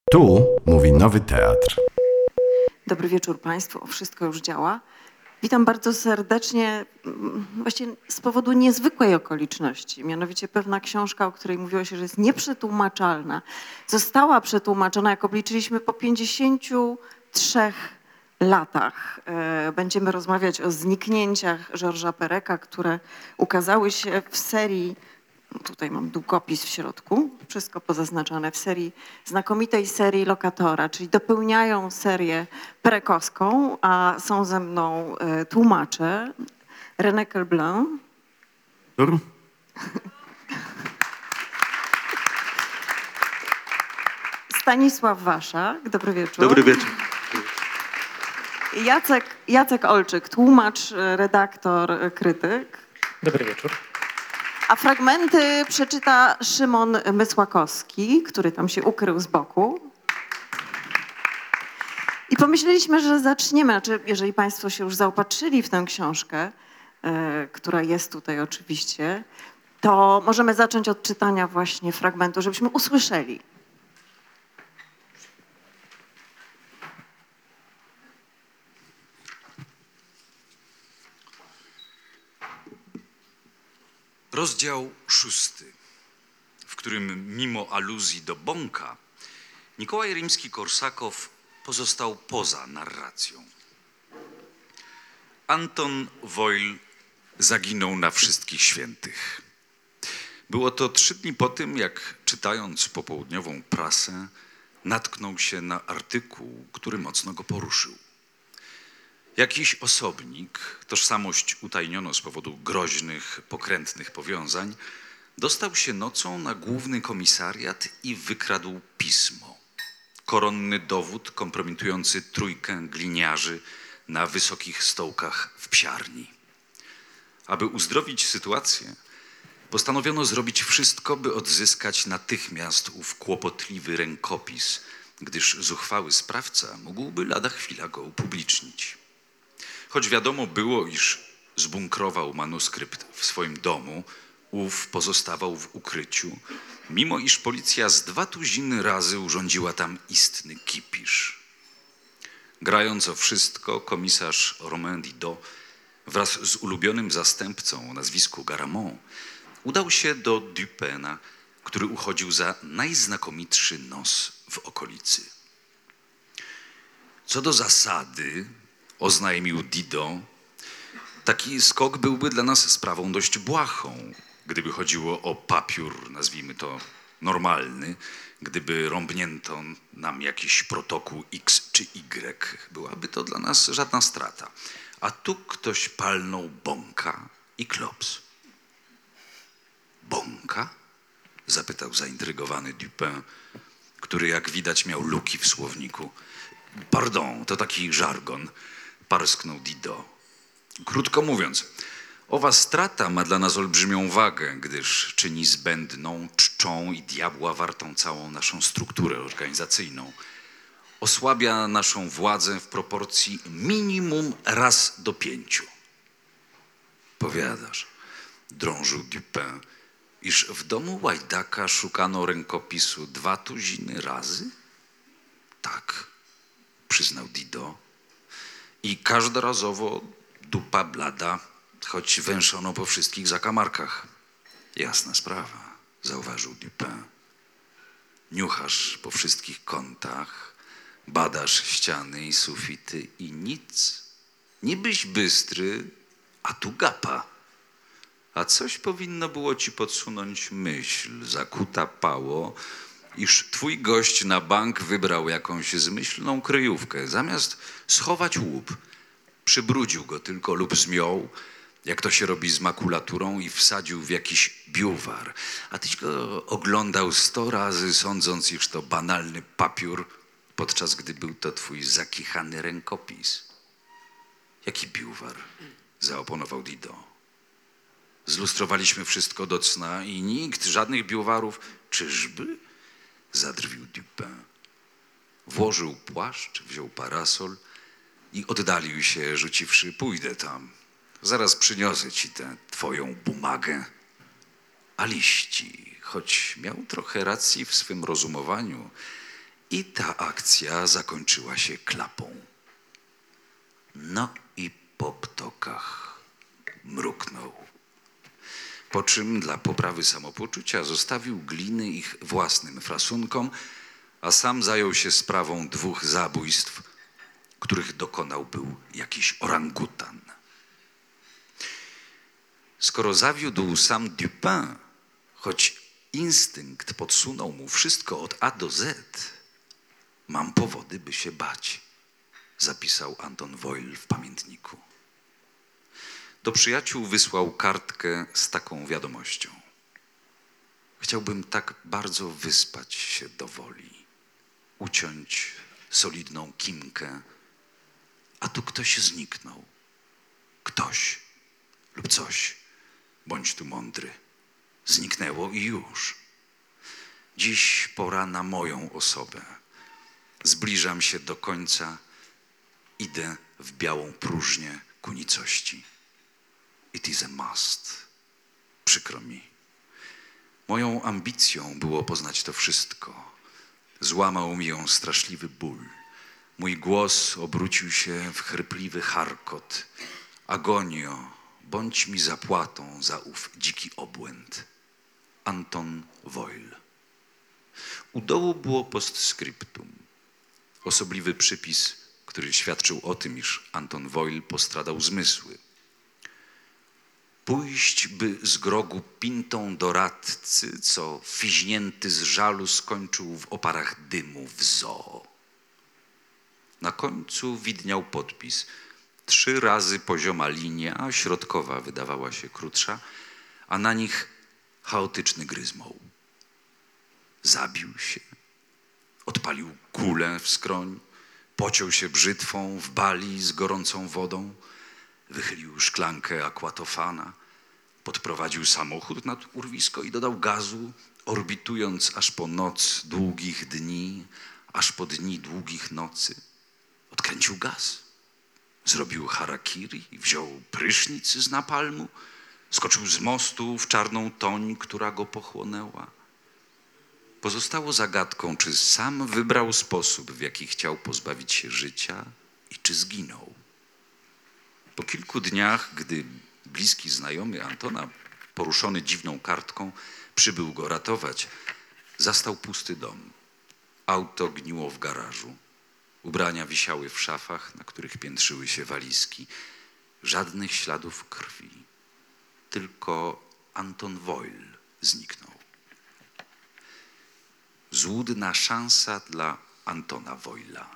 Tu mówi Nowy Teatr. Dobry wieczór Państwu, wszystko już działa. Witam bardzo serdecznie, właściwie z powodu niezwykłej okoliczności. Mianowicie pewna książka, o której mówiło się, że jest nieprzetłumaczalna, została przetłumaczona, jak obliczyliśmy, po 53 latach. Będziemy rozmawiać o zniknięciach Georgesa Pereka, które ukazały się w serii. Tutaj mam długopis w środku, wszystko pozaznaczone w serii, znakomitej serii Lokatora, czyli dopełniają serię perekowską, a są ze mną tłumacze René Quelblin, Stanisław Waszak, dobry wieczór. Dobry wieczór. Jacek Olczyk, tłumacz, redaktor, krytyk. Dobry wieczór. A fragmenty przeczyta Szymon Mysłakowski, który tam się ukrył z boku. I pomyśleliśmy, że zaczniemy, znaczy, jeżeli Państwo się już zaopatrzyli w tę książkę, która jest tutaj oczywiście, to możemy zacząć od czytania właśnie fragmentu, żebyśmy usłyszeli. Rozdział 6, w którym mimo aluzji do Bąka Mikołaj Rimski-Korsakow pozostał poza narracją. Anton Wojl zaginął na Wszystkich Świętych. Było to 3 dni po tym, jak czytając popołudniową prasę, natknął się na artykuł, który mocno go poruszył. Jakiś osobnik, tożsamość utajniono z powodu groźnych, pokrętnych powiązań, dostał się nocą na główny komisariat i wykradł pismo. Koronny dowód kompromitujący 3 gliniarzy na wysokich stołkach w psiarni. Aby uzdrowić sytuację, postanowiono zrobić wszystko, by odzyskać natychmiast ów kłopotliwy rękopis, gdyż zuchwały sprawca mógłby lada chwila go upublicznić. Choć wiadomo było, iż zbunkrował manuskrypt w swoim domu, ów pozostawał w ukryciu, mimo iż policja z 200 razy urządziła tam istny kipisz. Grając o wszystko, komisarz Romain Didot wraz z ulubionym zastępcą o nazwisku Garamond udał się do Dupena, który uchodził za najznakomitszy nos w okolicy. Co do zasady, oznajmił Didot, taki skok byłby dla nas sprawą dość błahą, gdyby chodziło o papiór, nazwijmy to normalny, gdyby rąbnięto nam jakiś protokół X czy Y, byłaby to dla nas żadna strata. A tu ktoś palnął Bąka i klops. Bąka? Zapytał zaintrygowany Dupin, który jak widać miał luki w słowniku. Pardon, to taki żargon, parsknął Didot. Krótko mówiąc, owa strata ma dla nas olbrzymią wagę, gdyż czyni zbędną, czczą i diabła wartą całą naszą strukturę organizacyjną. Osłabia naszą władzę w proporcji minimum 1:5. Powiadasz, drążył Dupin, iż w domu łajdaka szukano rękopisu 200 razy? Tak, przyznał Didot. I każdorazowo dupa blada, choć węszono po wszystkich zakamarkach. Jasna sprawa, zauważył Dupin. Niuchasz po wszystkich kątach, badasz ściany i sufity i nic. Nibyś bystry, a tu gapa. A coś powinno było ci podsunąć myśl, zakuta pało, iż twój gość na bank wybrał jakąś zmyślną kryjówkę. Zamiast schować łup, przybrudził go tylko lub zmiął, jak to się robi z makulaturą, i wsadził w jakiś biuwar. A tyś go oglądał 100 razy, sądząc, iż to banalny papiór, podczas gdy był to twój zakichany rękopis. Jaki biuwar? Zaoponował Didot. Zlustrowaliśmy wszystko do cna i nikt, żadnych biuwarów. Czyżby? Zadrwił Dupin. Włożył płaszcz, wziął parasol i oddalił się, rzuciwszy: pójdę tam. Zaraz przyniosę ci tę twoją bumagę. A liści, choć miał trochę racji w swym rozumowaniu I ta akcja zakończyła się klapą. No i po ptokach mruknął. Po czym dla poprawy samopoczucia zostawił gliny ich własnym frasunkom, a sam zajął się sprawą 2 zabójstw, których dokonał był jakiś orangutan. Skoro zawiódł sam Dupin, choć instynkt podsunął mu wszystko od A do Z, mam powody, by się bać, zapisał Anton Wojl w pamiętniku. Do przyjaciół wysłał kartkę z taką wiadomością. Chciałbym tak bardzo wyspać się do woli, uciąć solidną kimkę, a tu ktoś zniknął. Ktoś lub coś, bądź tu mądry. Zniknęło i już. Dziś pora na moją osobę. Zbliżam się do końca, idę w białą próżnię ku nicości. It is a must. Przykro mi. Moją ambicją było poznać to wszystko. Złamał mi ją straszliwy ból. Mój głos obrócił się w chrypliwy charkot. Agonio, bądź mi zapłatą za ów dziki obłęd. Anton Wojl. U dołu było postscriptum. Osobliwy przypis, który świadczył o tym, iż Anton Wojl postradał zmysły. Pójść by z grogu pintą do radcy, co fiźnięty z żalu skończył w oparach dymu w zoo. Na końcu widniał podpis. 3 razy pozioma linia, środkowa wydawała się krótsza, a na nich chaotyczny gryzmoł. Zabił się, odpalił kulę w skroń, pociął się brzytwą w bali z gorącą wodą, wychylił szklankę akwatofana, podprowadził samochód nad urwisko i dodał gazu, orbitując aż po noc długich dni, aż po dni długich nocy. Odkręcił gaz, zrobił harakiri, wziął prysznic z napalmu, skoczył z mostu w czarną toń, która go pochłonęła. Pozostało zagadką, czy sam wybrał sposób, w jaki chciał pozbawić się życia i czy zginął. Po kilku dniach, gdy bliski znajomy Antona, poruszony dziwną kartką, przybył go ratować, zastał pusty dom. Auto gniło w garażu. Ubrania wisiały w szafach, na których piętrzyły się walizki. Żadnych śladów krwi. Tylko Anton Wojl zniknął. Złudna szansa dla Antona Wojla.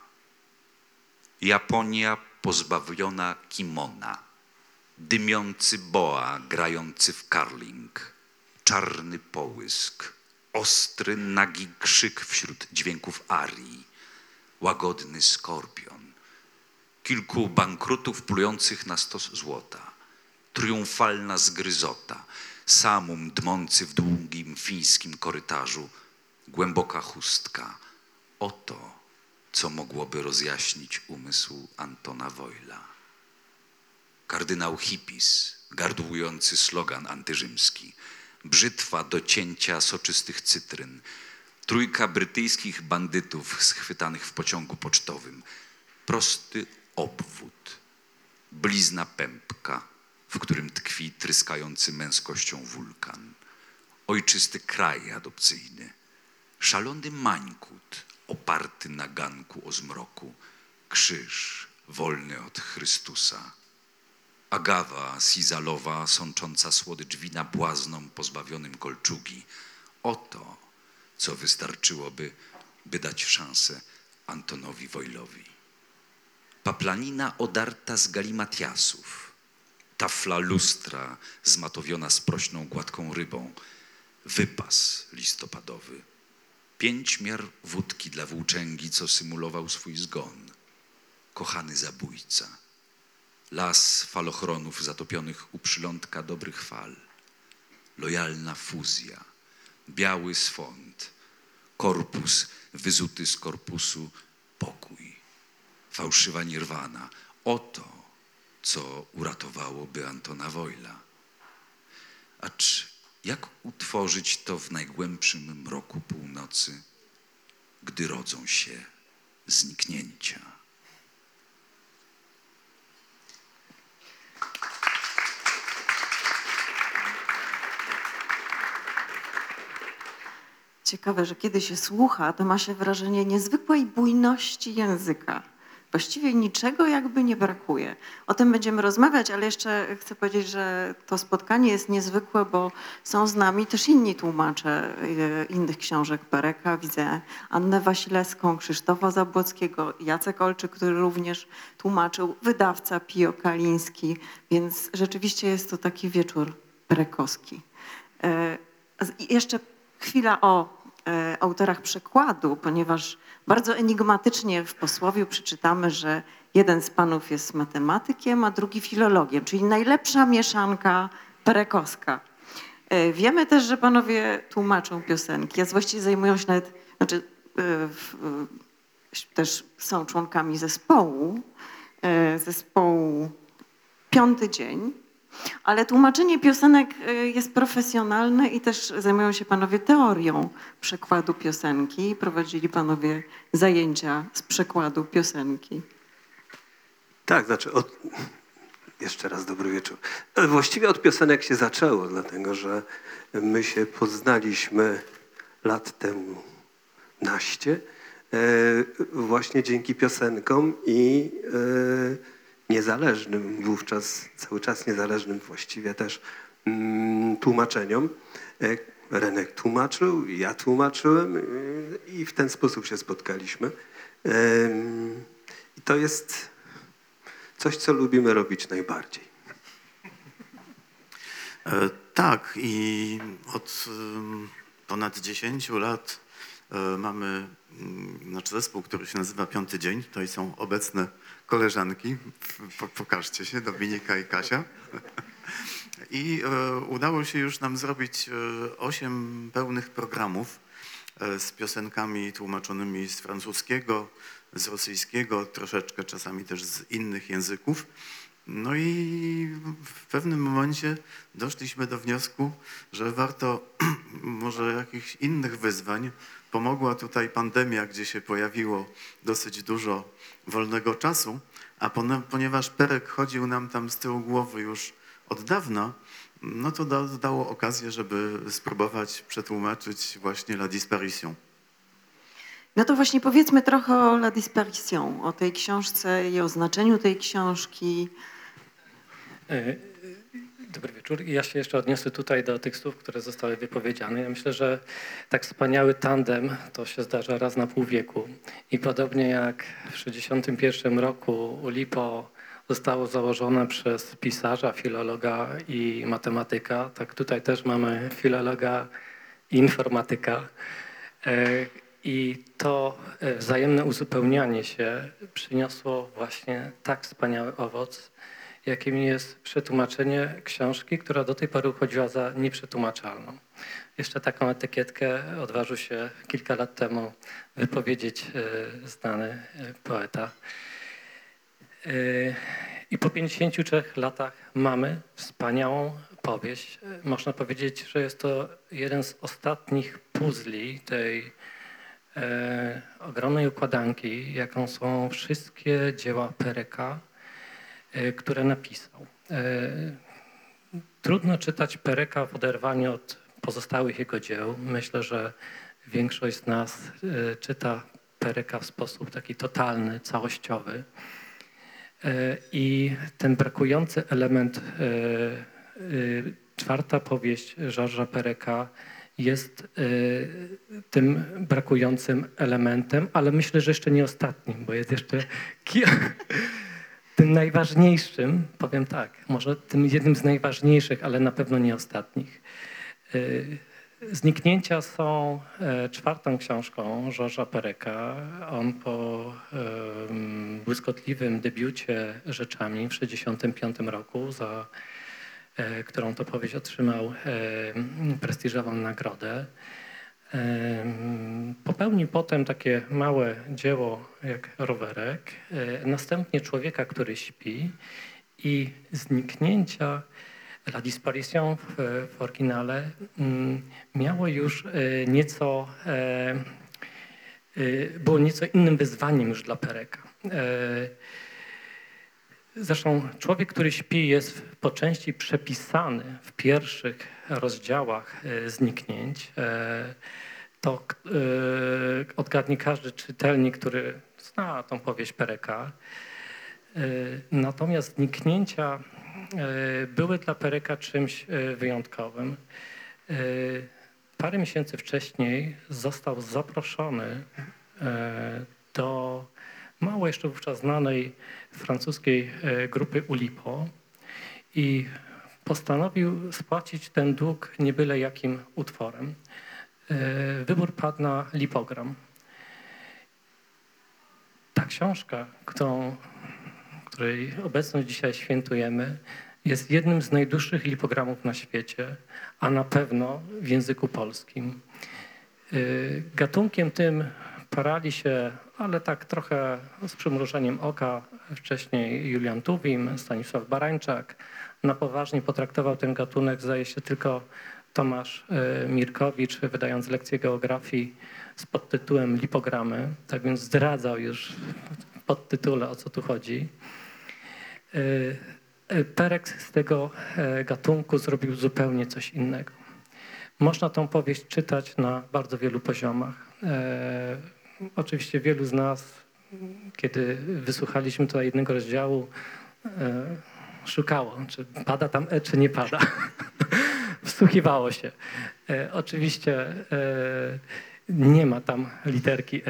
Japonia pozbawiona kimona. Dymiący boa grający w curling. Czarny połysk. Ostry, nagi krzyk wśród dźwięków arii. Łagodny skorpion. Kilku bankrutów plujących na stos złota. Triumfalna zgryzota. Samum dmący w długim fińskim korytarzu. Głęboka chustka. Oto, co mogłoby rozjaśnić umysł Antona Wojla. Kardynał Hippis, gardłujący slogan antyrzymski. Brzytwa do cięcia soczystych cytryn. 3 brytyjskich bandytów schwytanych w pociągu pocztowym. Prosty obwód. Blizna pępka, w którym tkwi tryskający męskością wulkan. Ojczysty kraj adopcyjny. Szalony mańkut oparty na ganku o zmroku. Krzyż wolny od Chrystusa. Agawa sizalowa, sącząca słodycz wina błaznom pozbawionym kolczugi. Oto, co wystarczyłoby, by dać szansę Antonowi Wojlowi. Paplanina odarta z galimatiasów. Tafla lustra zmatowiona sprośną gładką rybą. Wypas listopadowy. 5 miar wódki dla włóczęgi, co symulował swój zgon. Kochany zabójca. Las falochronów zatopionych u przylądka dobrych fal. Lojalna fuzja. Biały swąd. Korpus wyzuty z korpusu. Pokój. Fałszywa nirwana. Oto, co uratowałoby Antona Wojla. Acz jak utworzyć to w najgłębszym mroku północy? gdy rodzą się zniknięcia. Ciekawe, że kiedy się słucha, to ma się wrażenie niezwykłej bujności języka. Właściwie niczego jakby nie brakuje. O tym będziemy rozmawiać, ale jeszcze chcę powiedzieć, że to spotkanie jest niezwykłe, bo są z nami też inni tłumacze innych książek Pereka. Widzę Annę Wasilewską, Krzysztofa Zabłockiego, Jacek Olczyk, który również tłumaczył, wydawca Pio Kaliński, więc rzeczywiście jest to taki wieczór perekowski. I jeszcze chwila o autorach przekładu, ponieważ bardzo enigmatycznie w posłowiu przeczytamy, że jeden z panów jest matematykiem, a drugi filologiem, czyli najlepsza mieszanka perekowska. Wiemy też, że panowie tłumaczą piosenki, a właściwie zajmują się nawet, też są członkami zespołu Piąty Dzień. Ale tłumaczenie piosenek jest profesjonalne i też zajmują się panowie teorią przekładu piosenki. Prowadzili panowie zajęcia z przekładu piosenki. Tak, jeszcze raz dobry wieczór. Właściwie od piosenek się zaczęło, dlatego że my się poznaliśmy lat temu naście właśnie dzięki piosenkom i niezależnym, wówczas cały czas niezależnym właściwie też tłumaczeniom. Renek tłumaczył, ja tłumaczyłem i w ten sposób się spotkaliśmy. I to jest coś, co lubimy robić najbardziej. Tak, i od ponad 10 lat mamy zespół, który się nazywa Piąty Dzień. Tutaj są obecne koleżanki. Pokażcie się, Dominika i Kasia. I udało się już nam zrobić 8 pełnych programów z piosenkami tłumaczonymi z francuskiego, z rosyjskiego, troszeczkę czasami też z innych języków. No i w pewnym momencie doszliśmy do wniosku, że warto może jakichś innych wyzwań. Pomogła tutaj pandemia, gdzie się pojawiło dosyć dużo wolnego czasu, a ponieważ Perek chodził nam tam z tyłu głowy już od dawna, no to dało okazję, żeby spróbować przetłumaczyć właśnie La Disparition. No to właśnie powiedzmy trochę o La Disparition, o tej książce i o znaczeniu tej książki. Dobry wieczór. Ja się jeszcze odniosę tutaj do tych słów, które zostały wypowiedziane. Ja myślę, że tak wspaniały tandem to się zdarza raz na pół wieku. I podobnie jak w 1961 roku ULIPO zostało założone przez pisarza, filologa i matematyka, tak tutaj też mamy filologa i informatyka. I to wzajemne uzupełnianie się przyniosło właśnie tak wspaniały owoc, jakim jest przetłumaczenie książki, która do tej pory uchodziła za nieprzetłumaczalną. Jeszcze taką etykietkę odważył się kilka lat temu wypowiedzieć znany poeta. I po 53 latach mamy wspaniałą powieść. Można powiedzieć, że jest to jeden z ostatnich puzli tej ogromnej układanki, jaką są wszystkie dzieła Pereka, które napisał. Trudno czytać Pereka w oderwaniu od pozostałych jego dzieł. Myślę, że większość z nas czyta Pereka w sposób taki totalny, całościowy. I ten brakujący element, czwarta powieść Georgesa Pereka jest tym brakującym elementem, ale myślę, że jeszcze nie ostatnim, bo jest jeszcze tym najważniejszym, powiem tak, może tym jednym z najważniejszych, ale na pewno nie ostatnich. Zniknięcia są czwartą książką Georgesa Pereka. On po błyskotliwym debiucie Rzeczami w 1965 roku, za którą to powieść otrzymał prestiżową nagrodę. Popełnił potem takie małe dzieło jak Rowerek, następnie Człowieka, który śpi i Zniknięcia La Disparition w oryginale miało już nieco było nieco innym wyzwaniem już dla Pereka. Zresztą Człowiek, który śpi jest po części przepisany w pierwszych rozdziałach Zniknięć. To odgadnie każdy czytelnik, który zna tą powieść Pereka. Natomiast Zniknięcia były dla Pereka czymś wyjątkowym. Parę miesięcy wcześniej został zaproszony do mało jeszcze wówczas znanej francuskiej grupy Oulipo i postanowił spłacić ten dług nie byle jakim utworem. Wybór padł na Lipogram. Ta książka, której obecność dzisiaj świętujemy, jest jednym z najdłuższych lipogramów na świecie, a na pewno w języku polskim. Gatunkiem tym parali się, ale tak trochę z przymrużeniem oka, wcześniej Julian Tuwim, Stanisław Barańczak. Na poważnie potraktował ten gatunek, zdaje się, tylko Tomasz Mirkowicz, wydając lekcję geografii z podtytułem Lipogramy. Tak więc zdradzał już w podtytule, o co tu chodzi. Perek z tego gatunku zrobił zupełnie coś innego. Można tą powieść czytać na bardzo wielu poziomach. Oczywiście wielu z nas, kiedy wysłuchaliśmy tutaj jednego rozdziału, szukało, czy pada tam czy nie pada. Wsłuchiwało się. Oczywiście nie ma tam literki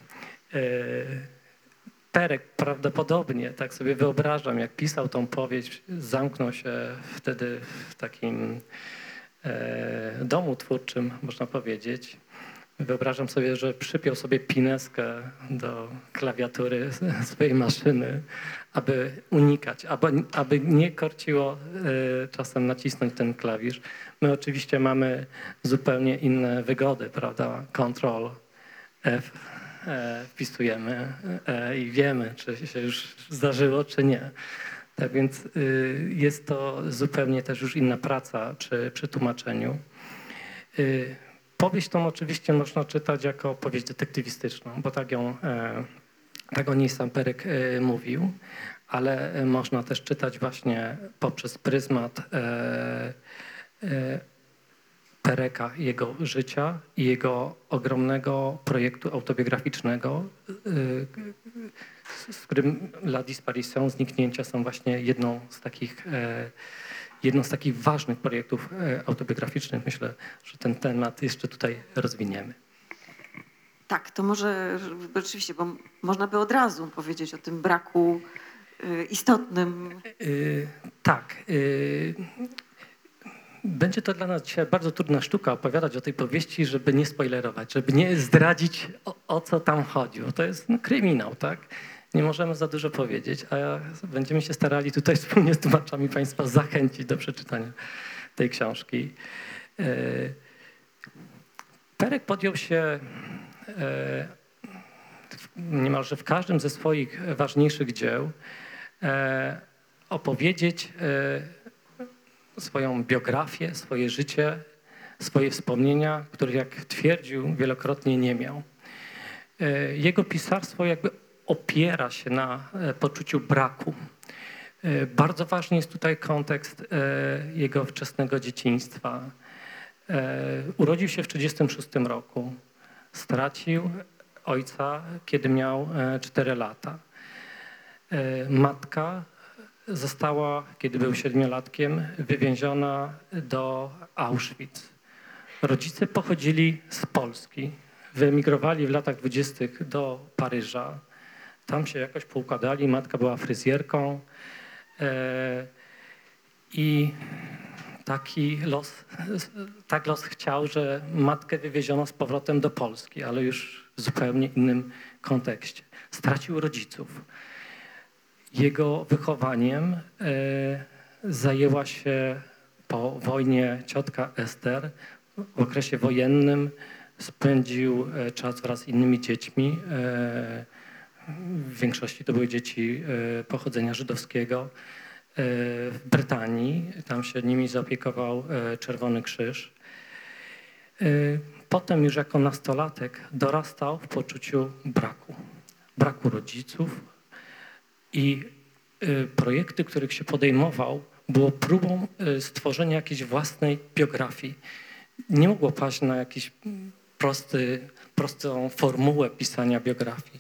Perek prawdopodobnie, tak sobie wyobrażam, jak pisał tą powieść, zamknął się wtedy w takim domu twórczym, można powiedzieć. Wyobrażam sobie, że przypiął sobie pineskę do klawiatury swojej maszyny, aby unikać, aby nie korciło czasem nacisnąć ten klawisz. My oczywiście mamy zupełnie inne wygody, prawda? Ctrl F wpisujemy i wiemy, czy się już zdarzyło, czy nie. Tak więc jest to zupełnie też już inna praca przy tłumaczeniu. Powieść tą oczywiście można czytać jako powieść detektywistyczną, bo tak o niej sam Perek mówił, ale można też czytać właśnie poprzez pryzmat Pereka, jego życia i jego ogromnego projektu autobiograficznego, z którym La Disparition, Zniknięcia są właśnie jedną z takich ważnych projektów autobiograficznych. Myślę, że ten temat jeszcze tutaj rozwiniemy. Tak, to może rzeczywiście, bo można by od razu powiedzieć o tym braku istotnym. Tak. Będzie to dla nas dzisiaj bardzo trudna sztuka opowiadać o tej powieści, żeby nie spoilerować, żeby nie zdradzić, o co tam chodzi. Bo to jest kryminał, tak? Nie możemy za dużo powiedzieć, a będziemy się starali tutaj wspólnie z tłumaczami Państwa zachęcić do przeczytania tej książki. Perek podjął się niemalże w każdym ze swoich ważniejszych dzieł opowiedzieć swoją biografię, swoje życie, swoje wspomnienia, których, jak twierdził, wielokrotnie nie miał. Jego pisarstwo jakby opiera się na poczuciu braku. Bardzo ważny jest tutaj kontekst jego wczesnego dzieciństwa. Urodził się w 1936 roku. Stracił ojca, kiedy miał 4 lata. Matka została, kiedy był 7-latkiem, wywieziona do Auschwitz. Rodzice pochodzili z Polski. Wyemigrowali w latach 20. do Paryża. Tam się jakoś poukładali. Matka była fryzjerką. I tak los chciał, że matkę wywieziono z powrotem do Polski, ale już w zupełnie innym kontekście. Stracił rodziców. Jego wychowaniem zajęła się po wojnie ciotka Ester. W okresie wojennym spędził czas wraz z innymi dziećmi. W większości to były dzieci pochodzenia żydowskiego w Brytanii. Tam się nimi zaopiekował Czerwony Krzyż. Potem już jako nastolatek dorastał w poczuciu braku rodziców i projekty, których się podejmował, było próbą stworzenia jakiejś własnej biografii. Nie mogło paść na jakiś prostą formułę pisania biografii.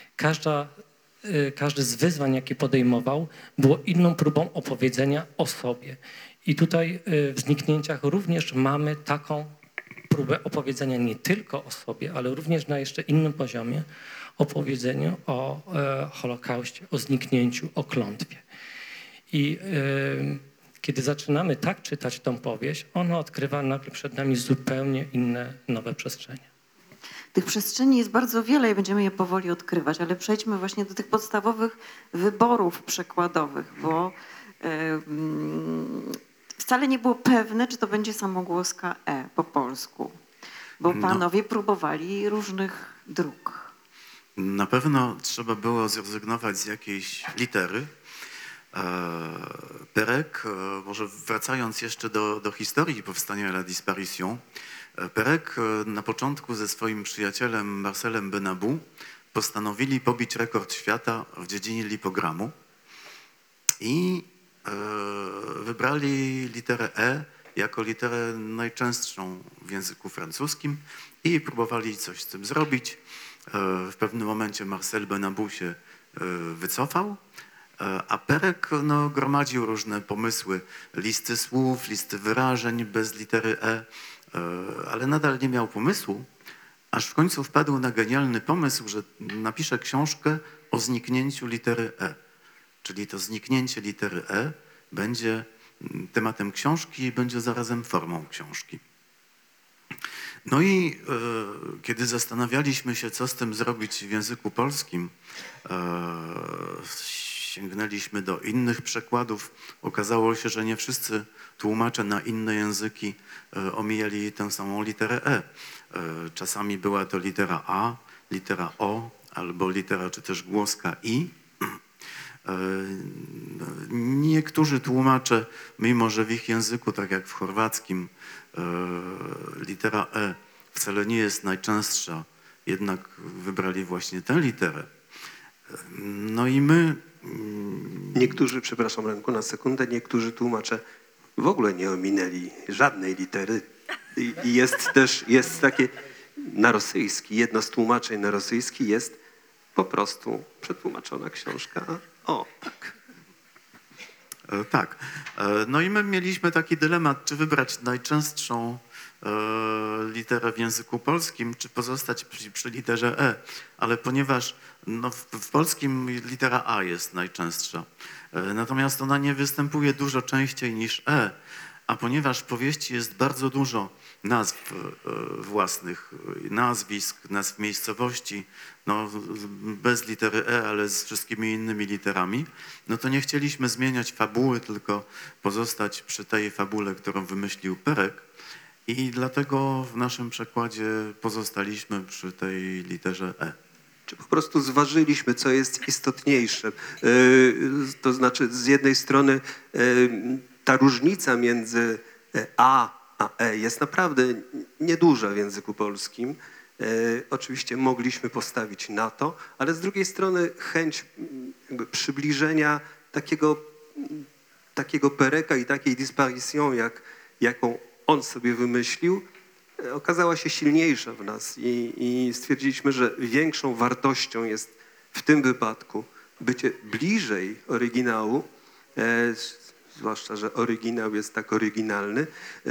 Każdy z wyzwań, jakie podejmował, było inną próbą opowiedzenia o sobie. I tutaj w Zniknięciach również mamy taką próbę opowiedzenia nie tylko o sobie, ale również na jeszcze innym poziomie, opowiedzeniu o Holokauście, o zniknięciu, o klątwie. I kiedy zaczynamy tak czytać tą powieść, ona odkrywa nagle przed nami zupełnie inne, nowe przestrzenie. Tych przestrzeni jest bardzo wiele i będziemy je powoli odkrywać, ale przejdźmy właśnie do tych podstawowych wyborów przekładowych, bo wcale nie było pewne, czy to będzie samogłoska E po polsku, bo panowie próbowali różnych dróg. Na pewno trzeba było zrezygnować z jakiejś litery. Perec, może wracając jeszcze do historii powstania La Disparition, Perec na początku ze swoim przyjacielem Marcelem Benabou postanowili pobić rekord świata w dziedzinie lipogramu i wybrali literę E jako literę najczęstszą w języku francuskim i próbowali coś z tym zrobić. W pewnym momencie Marcel Benabou się wycofał, a Perec gromadził różne pomysły, listy słów, listy wyrażeń bez litery E, ale nadal nie miał pomysłu, aż w końcu wpadł na genialny pomysł, że napisze książkę o zniknięciu litery E. Czyli to zniknięcie litery E będzie tematem książki i będzie zarazem formą książki. No i kiedy zastanawialiśmy się, co z tym zrobić w języku polskim, sięgnęliśmy do innych przekładów. Okazało się, że nie wszyscy tłumacze na inne języki omijali tę samą literę E. Czasami była to litera A, litera O albo litera czy też głoska I. Niektórzy tłumacze, mimo że w ich języku, tak jak w chorwackim, litera E wcale nie jest najczęstsza, jednak wybrali właśnie tę literę. No i my... Niektórzy, przepraszam Renku na sekundę, niektórzy tłumacze w ogóle nie ominęli żadnej litery. I jest takie na rosyjski, jedno z tłumaczeń na rosyjski jest po prostu przetłumaczona książka. O, tak. Tak. No i my mieliśmy taki dylemat, czy wybrać najczęstszą literę w języku polskim, czy pozostać przy literze E. Ale ponieważ w polskim litera A jest najczęstsza, natomiast ona nie występuje dużo częściej niż E, a ponieważ w powieści jest bardzo dużo nazw własnych, nazwisk, nazw miejscowości, bez litery E, ale z wszystkimi innymi literami, no to nie chcieliśmy zmieniać fabuły, tylko pozostać przy tej fabule, którą wymyślił Perec. I dlatego w naszym przekładzie pozostaliśmy przy tej literze E. Czy po prostu zważyliśmy, co jest istotniejsze? To znaczy, z jednej strony ta różnica między A a E jest naprawdę nieduża w języku polskim. Oczywiście mogliśmy postawić na to, ale z drugiej strony chęć jakby przybliżenia takiego Pereca i takiej disparition, jaką on sobie wymyślił, okazała się silniejsza w nas i stwierdziliśmy, że większą wartością jest w tym wypadku bycie bliżej oryginału, zwłaszcza, że oryginał jest tak oryginalny,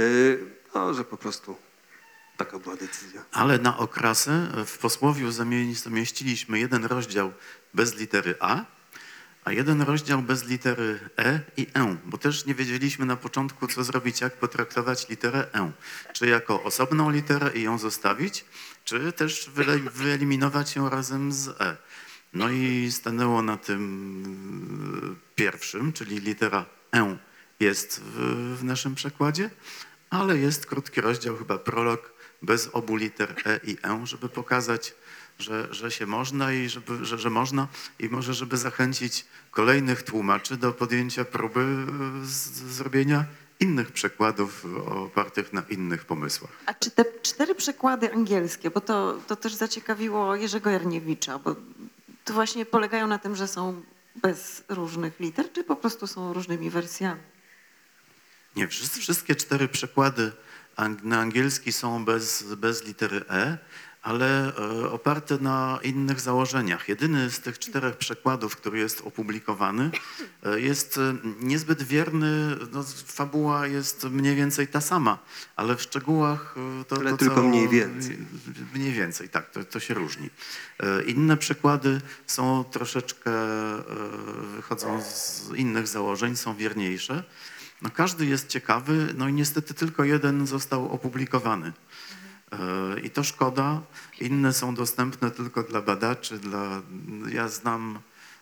że po prostu taka była decyzja. Ale na okrasę w posłowiu zamieściliśmy jeden rozdział bez litery a jeden rozdział bez litery E i E, bo też nie wiedzieliśmy na początku, co zrobić, jak potraktować literę E. Czy jako osobną literę i ją zostawić, czy też wyeliminować ją razem z E. No i stanęło na tym pierwszym, czyli litera E jest w naszym przekładzie, ale jest krótki rozdział, chyba prolog, bez obu liter E i E, żeby pokazać, że się można i że można i może, żeby zachęcić kolejnych tłumaczy do podjęcia próby zrobienia innych przekładów opartych na innych pomysłach. A czy te 4 przekłady angielskie, bo to też zaciekawiło Jerzego Jarniewicza, bo to właśnie polegają na tym, że są bez różnych liter, czy po prostu są różnymi wersjami? Nie, wszystkie 4 przekłady na angielski są bez litery E, ale oparte na innych założeniach. Jedyny z tych 4 przekładów, który jest opublikowany, jest niezbyt wierny. No, fabuła jest mniej więcej ta sama, ale w szczegółach Ale tylko mniej więcej. Mniej więcej, tak, to się różni. Inne przekłady są troszeczkę, wychodzą z innych założeń, są wierniejsze. No, każdy jest ciekawy, no i niestety tylko jeden został opublikowany. I to szkoda. Inne są dostępne tylko dla badaczy. Ja znam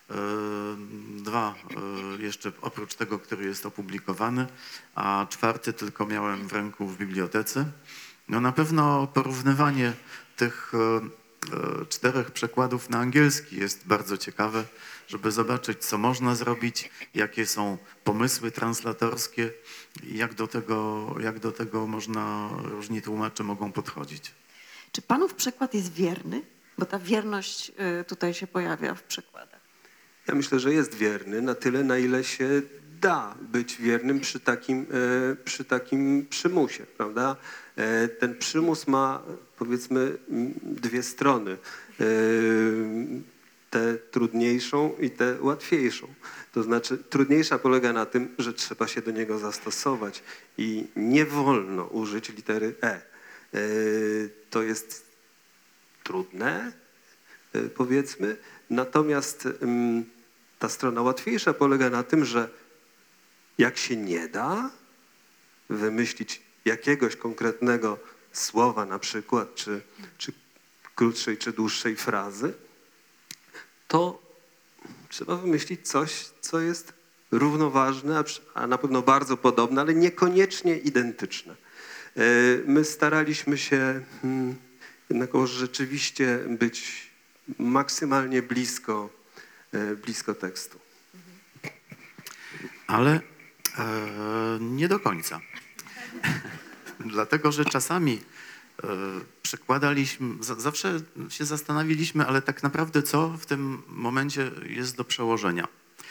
2 jeszcze oprócz tego, który jest opublikowany, a 4 tylko miałem w ręku w bibliotece. No na pewno porównywanie tych 4 przekładów na angielski jest bardzo ciekawe, żeby zobaczyć, co można zrobić, jakie są pomysły translatorskie i jak do tego można, różni tłumacze mogą podchodzić. Czy panów przekład jest wierny? Bo ta wierność tutaj się pojawia w przekładach. Ja myślę, że jest wierny na tyle, na ile się da być wiernym przy takim przymusie, prawda? Ten przymus ma, powiedzmy, 2 strony. Tę trudniejszą i tę łatwiejszą. To znaczy trudniejsza polega na tym, że trzeba się do niego zastosować i nie wolno użyć litery E. To jest trudne, powiedzmy, natomiast ta strona łatwiejsza polega na tym, że jak się nie da wymyślić jakiegoś konkretnego słowa na przykład, czy krótszej, czy dłuższej frazy, to trzeba wymyślić coś, co jest równoważne, a na pewno bardzo podobne, ale niekoniecznie identyczne. My staraliśmy się jednakowoż rzeczywiście być maksymalnie blisko tekstu. Ale nie do końca. Dlatego, że czasami przekładaliśmy, zawsze się zastanawialiśmy, ale tak naprawdę co w tym momencie jest do przełożenia.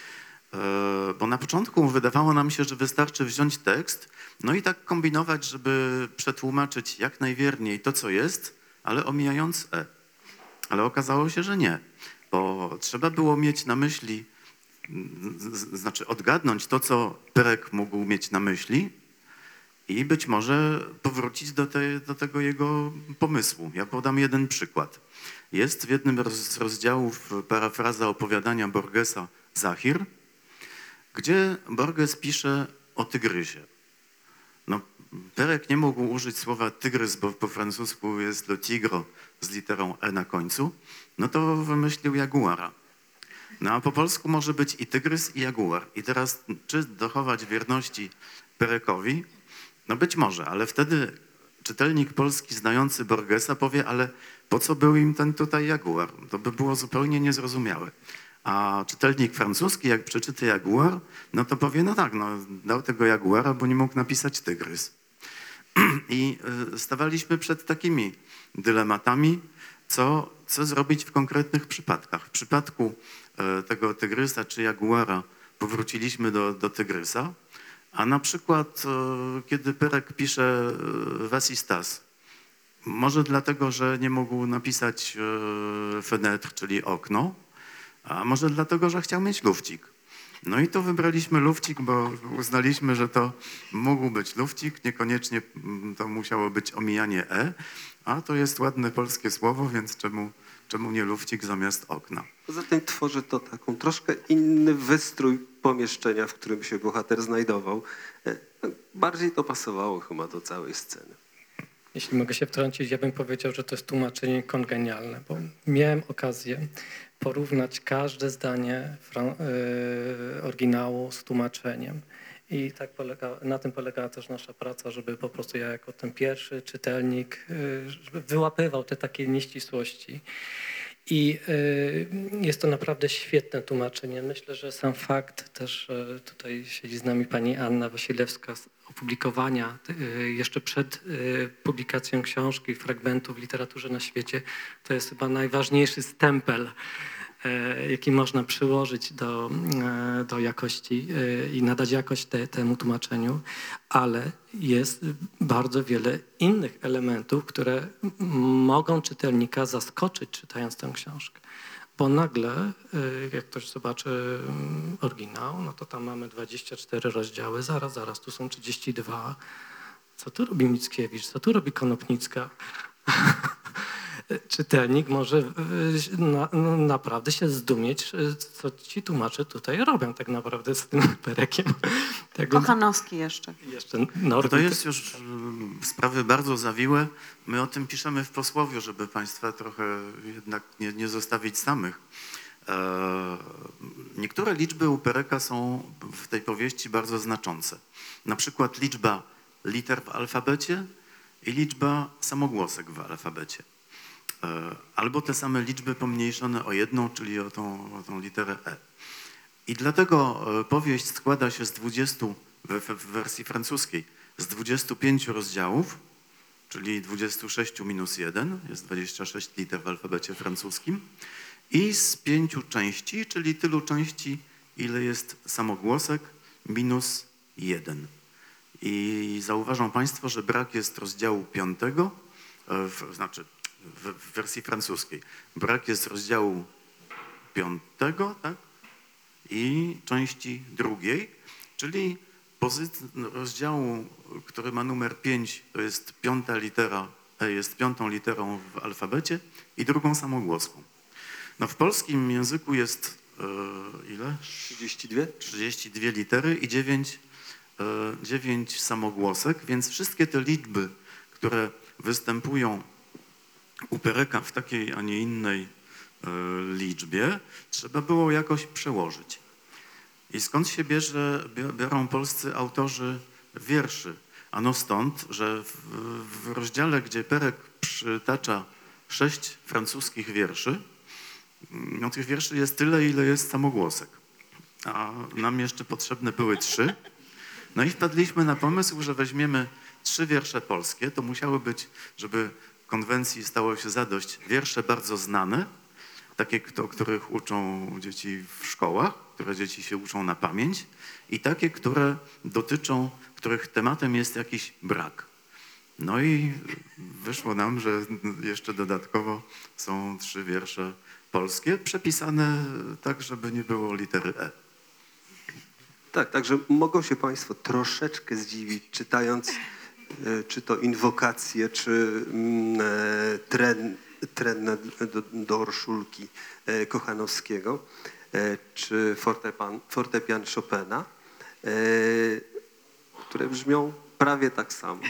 Bo na początku wydawało nam się, że wystarczy wziąć tekst, no i tak kombinować, żeby przetłumaczyć jak najwierniej to, co jest, ale omijając E. Ale okazało się, że nie, bo trzeba było mieć na myśli, znaczy odgadnąć to, co Perek mógł mieć na myśli i być może powrócić do tego jego pomysłu. Ja podam jeden przykład. Jest w jednym z rozdziałów parafraza opowiadania Borgesa Zachir, gdzie Borges pisze o tygrysie. No, Perek nie mógł użyć słowa tygrys, bo po francusku jest le tigre z literą E na końcu, no to wymyślił jaguara. No a po polsku może być i tygrys, i jaguar. I teraz czy dochować wierności Perekowi? No być może, ale wtedy czytelnik polski znający Borgesa powie, ale po co był im ten tutaj jaguar? To by było zupełnie niezrozumiałe. A czytelnik francuski, jak przeczyta jaguar, no to powie, no tak, no dał tego jaguara, bo nie mógł napisać tygrys. I stawaliśmy przed takimi dylematami, co zrobić w konkretnych przypadkach. W przypadku tego tygrysa czy jaguara powróciliśmy do tygrysa, a na przykład kiedy Perek pisze Vasistas, może dlatego, że nie mógł napisać fenêtre, czyli okno, a może dlatego, że chciał mieć lufcik. No i to wybraliśmy lufcik, bo uznaliśmy, że to mógł być lufcik, niekoniecznie to musiało być omijanie E, a to jest ładne polskie słowo, więc czemu nie lufcik zamiast okna? Poza tym tworzy to taką troszkę inny wystrój pomieszczenia, w którym się bohater znajdował. Bardziej to pasowało chyba do całej sceny. Jeśli mogę się wtrącić, ja bym powiedział, że to jest tłumaczenie kongenialne, bo miałem okazję porównać każde zdanie oryginału z tłumaczeniem. I tak na tym polegała też nasza praca, żeby po prostu ja jako ten pierwszy czytelnik żeby wyłapywał te takie nieścisłości. I jest to naprawdę świetne tłumaczenie. Myślę, że sam fakt też, tutaj siedzi z nami pani Anna Wasilewska, opublikowania jeszcze przed publikacją książki, fragmentów w literaturze na świecie, to jest chyba najważniejszy stempel, jaki można przyłożyć do jakości i nadać jakość temu tłumaczeniu, ale jest bardzo wiele innych elementów, które mogą czytelnika zaskoczyć, czytając tę książkę. Bo nagle, jak ktoś zobaczy oryginał, no to tam mamy 24 rozdziały, zaraz, tu są 32. Co tu robi Mickiewicz, co tu robi Konopnicka? Czytelnik może naprawdę się zdumieć, co ci tłumacze tutaj robią tak naprawdę z tym Perekiem. Kochanowski jeszcze. To jest już sprawy bardzo zawiłe. My o tym piszemy w posłowiu, żeby państwa trochę jednak nie zostawić samych. Niektóre liczby u Pereka są w tej powieści bardzo znaczące. Na przykład liczba liter w alfabecie i liczba samogłosek w alfabecie. Albo te same liczby pomniejszone o jedną, czyli o tą literę E. I dlatego powieść składa się z 20, w wersji francuskiej, z 25 rozdziałów, czyli 26 minus 1, jest 26 liter w alfabecie francuskim, i z 5 części, czyli tylu części, ile jest samogłosek, minus 1. I zauważą państwo, że brak jest rozdziału 5, w wersji francuskiej. Brak jest rozdziału 5, tak? I części drugiej, czyli rozdziału, który ma numer 5, to jest 5. litera, jest 5. literą w alfabecie i drugą samogłoską. No w polskim języku jest ile? 32? 32 litery i 9 samogłosek, więc wszystkie te liczby, które występują u Pereka w takiej, a nie innej liczbie, trzeba było jakoś przełożyć. I skąd się biorą polscy autorzy wierszy? Ano stąd, że w rozdziale, gdzie Perek przytacza 6 francuskich wierszy, no tych wierszy jest tyle, ile jest samogłosek. A nam jeszcze potrzebne były 3. No i wpadliśmy na pomysł, że weźmiemy 3 wiersze polskie. To musiały być, żeby konwencji stało się zadość, wiersze bardzo znane, takie, o których uczą dzieci w szkołach, które dzieci się uczą na pamięć, i takie, które dotyczą, których tematem jest jakiś brak. No i wyszło nam, że jeszcze dodatkowo są 3 wiersze polskie, przepisane tak, żeby nie było litery E. Tak, także mogą się państwo troszeczkę zdziwić, czytając czy to inwokacje, czy trenne do orszulki Kochanowskiego, czy fortepian Chopina, które brzmią prawie tak samo.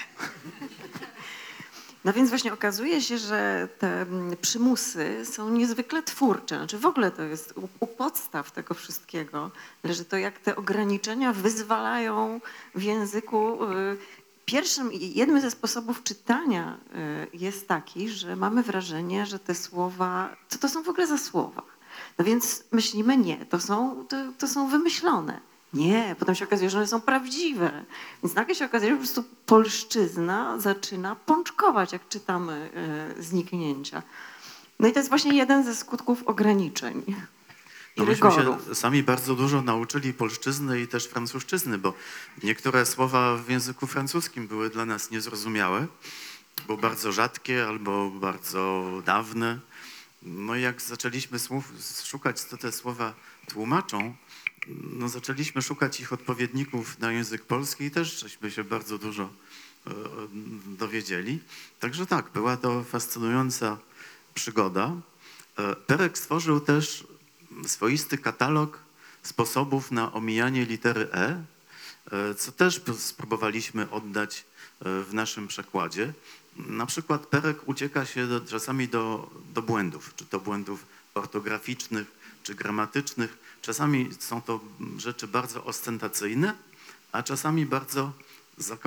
No więc właśnie okazuje się, że te przymusy są niezwykle twórcze. Znaczy w ogóle to jest u podstaw tego wszystkiego, leży to, jak te ograniczenia wyzwalają w języku. Jednym ze sposobów czytania jest taki, że mamy wrażenie, że te słowa, co to są w ogóle za słowa? No więc myślimy, nie, to są wymyślone. Nie, potem się okazuje, że one są prawdziwe. Więc nagle się okazuje, że po prostu polszczyzna zaczyna pączkować, jak czytamy Zniknięcia. No i to jest właśnie jeden ze skutków ograniczeń. No myśmy się sami bardzo dużo nauczyli polszczyzny i też francuszczyzny, bo niektóre słowa w języku francuskim były dla nas niezrozumiałe, bo bardzo rzadkie albo bardzo dawne. No i jak zaczęliśmy szukać, co te słowa tłumaczą, no zaczęliśmy szukać ich odpowiedników na język polski i też żeśmy się bardzo dużo dowiedzieli. Także tak, była to fascynująca przygoda. Perek stworzył też swoisty katalog sposobów na omijanie litery E, co też spróbowaliśmy oddać w naszym przekładzie. Na przykład Perek ucieka się czasami do błędów, czy to błędów ortograficznych, czy gramatycznych. Czasami są to rzeczy bardzo ostentacyjne, a czasami bardzo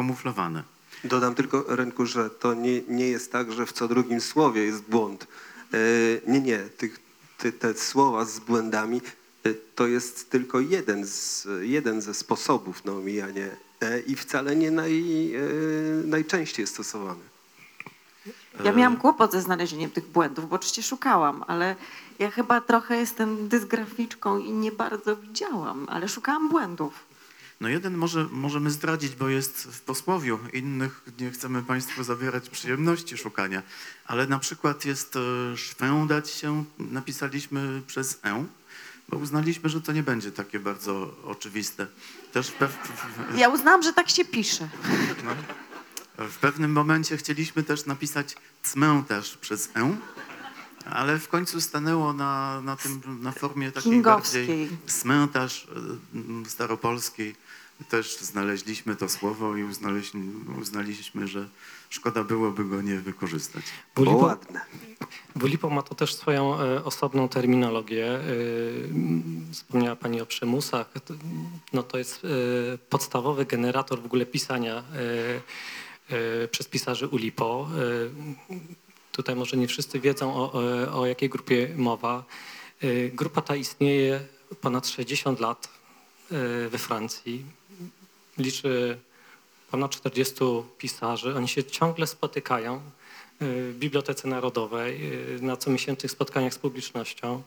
zakamuflowane. Dodam tylko, Renku, że to nie jest tak, że w co drugim słowie jest błąd Nie. Te słowa z błędami to jest tylko jeden ze sposobów na omijanie i wcale nie najczęściej stosowany. Ja miałam kłopot ze znalezieniem tych błędów, bo oczywiście szukałam, ale ja chyba trochę jestem dysgraficzką i nie bardzo widziałam, ale szukałam błędów. No jeden możemy zdradzić, bo jest w posłowiu, innych nie chcemy Państwu zabierać przyjemności szukania, ale na przykład jest szwędać się, napisaliśmy przez bo uznaliśmy, że to nie będzie takie bardzo oczywiste. Też Ja uznałam, że tak się pisze. w pewnym momencie chcieliśmy też napisać cmentarz przez ale w końcu stanęło na formie takiej bardziej cmentarz staropolskiej. Też znaleźliśmy to słowo i uznaliśmy, że szkoda byłoby go nie wykorzystać. Ładne. WLIPO ma to też swoją osobną terminologię. Wspomniała Pani o przymusach. No to jest podstawowy generator w ogóle pisania przez pisarzy ULIPO. Tutaj może nie wszyscy wiedzą, o jakiej grupie mowa. Grupa ta istnieje ponad 60 lat we Francji. Liczy ponad 40 pisarzy. Oni się ciągle spotykają w Bibliotece Narodowej, na comiesięcznych spotkaniach z publicznością.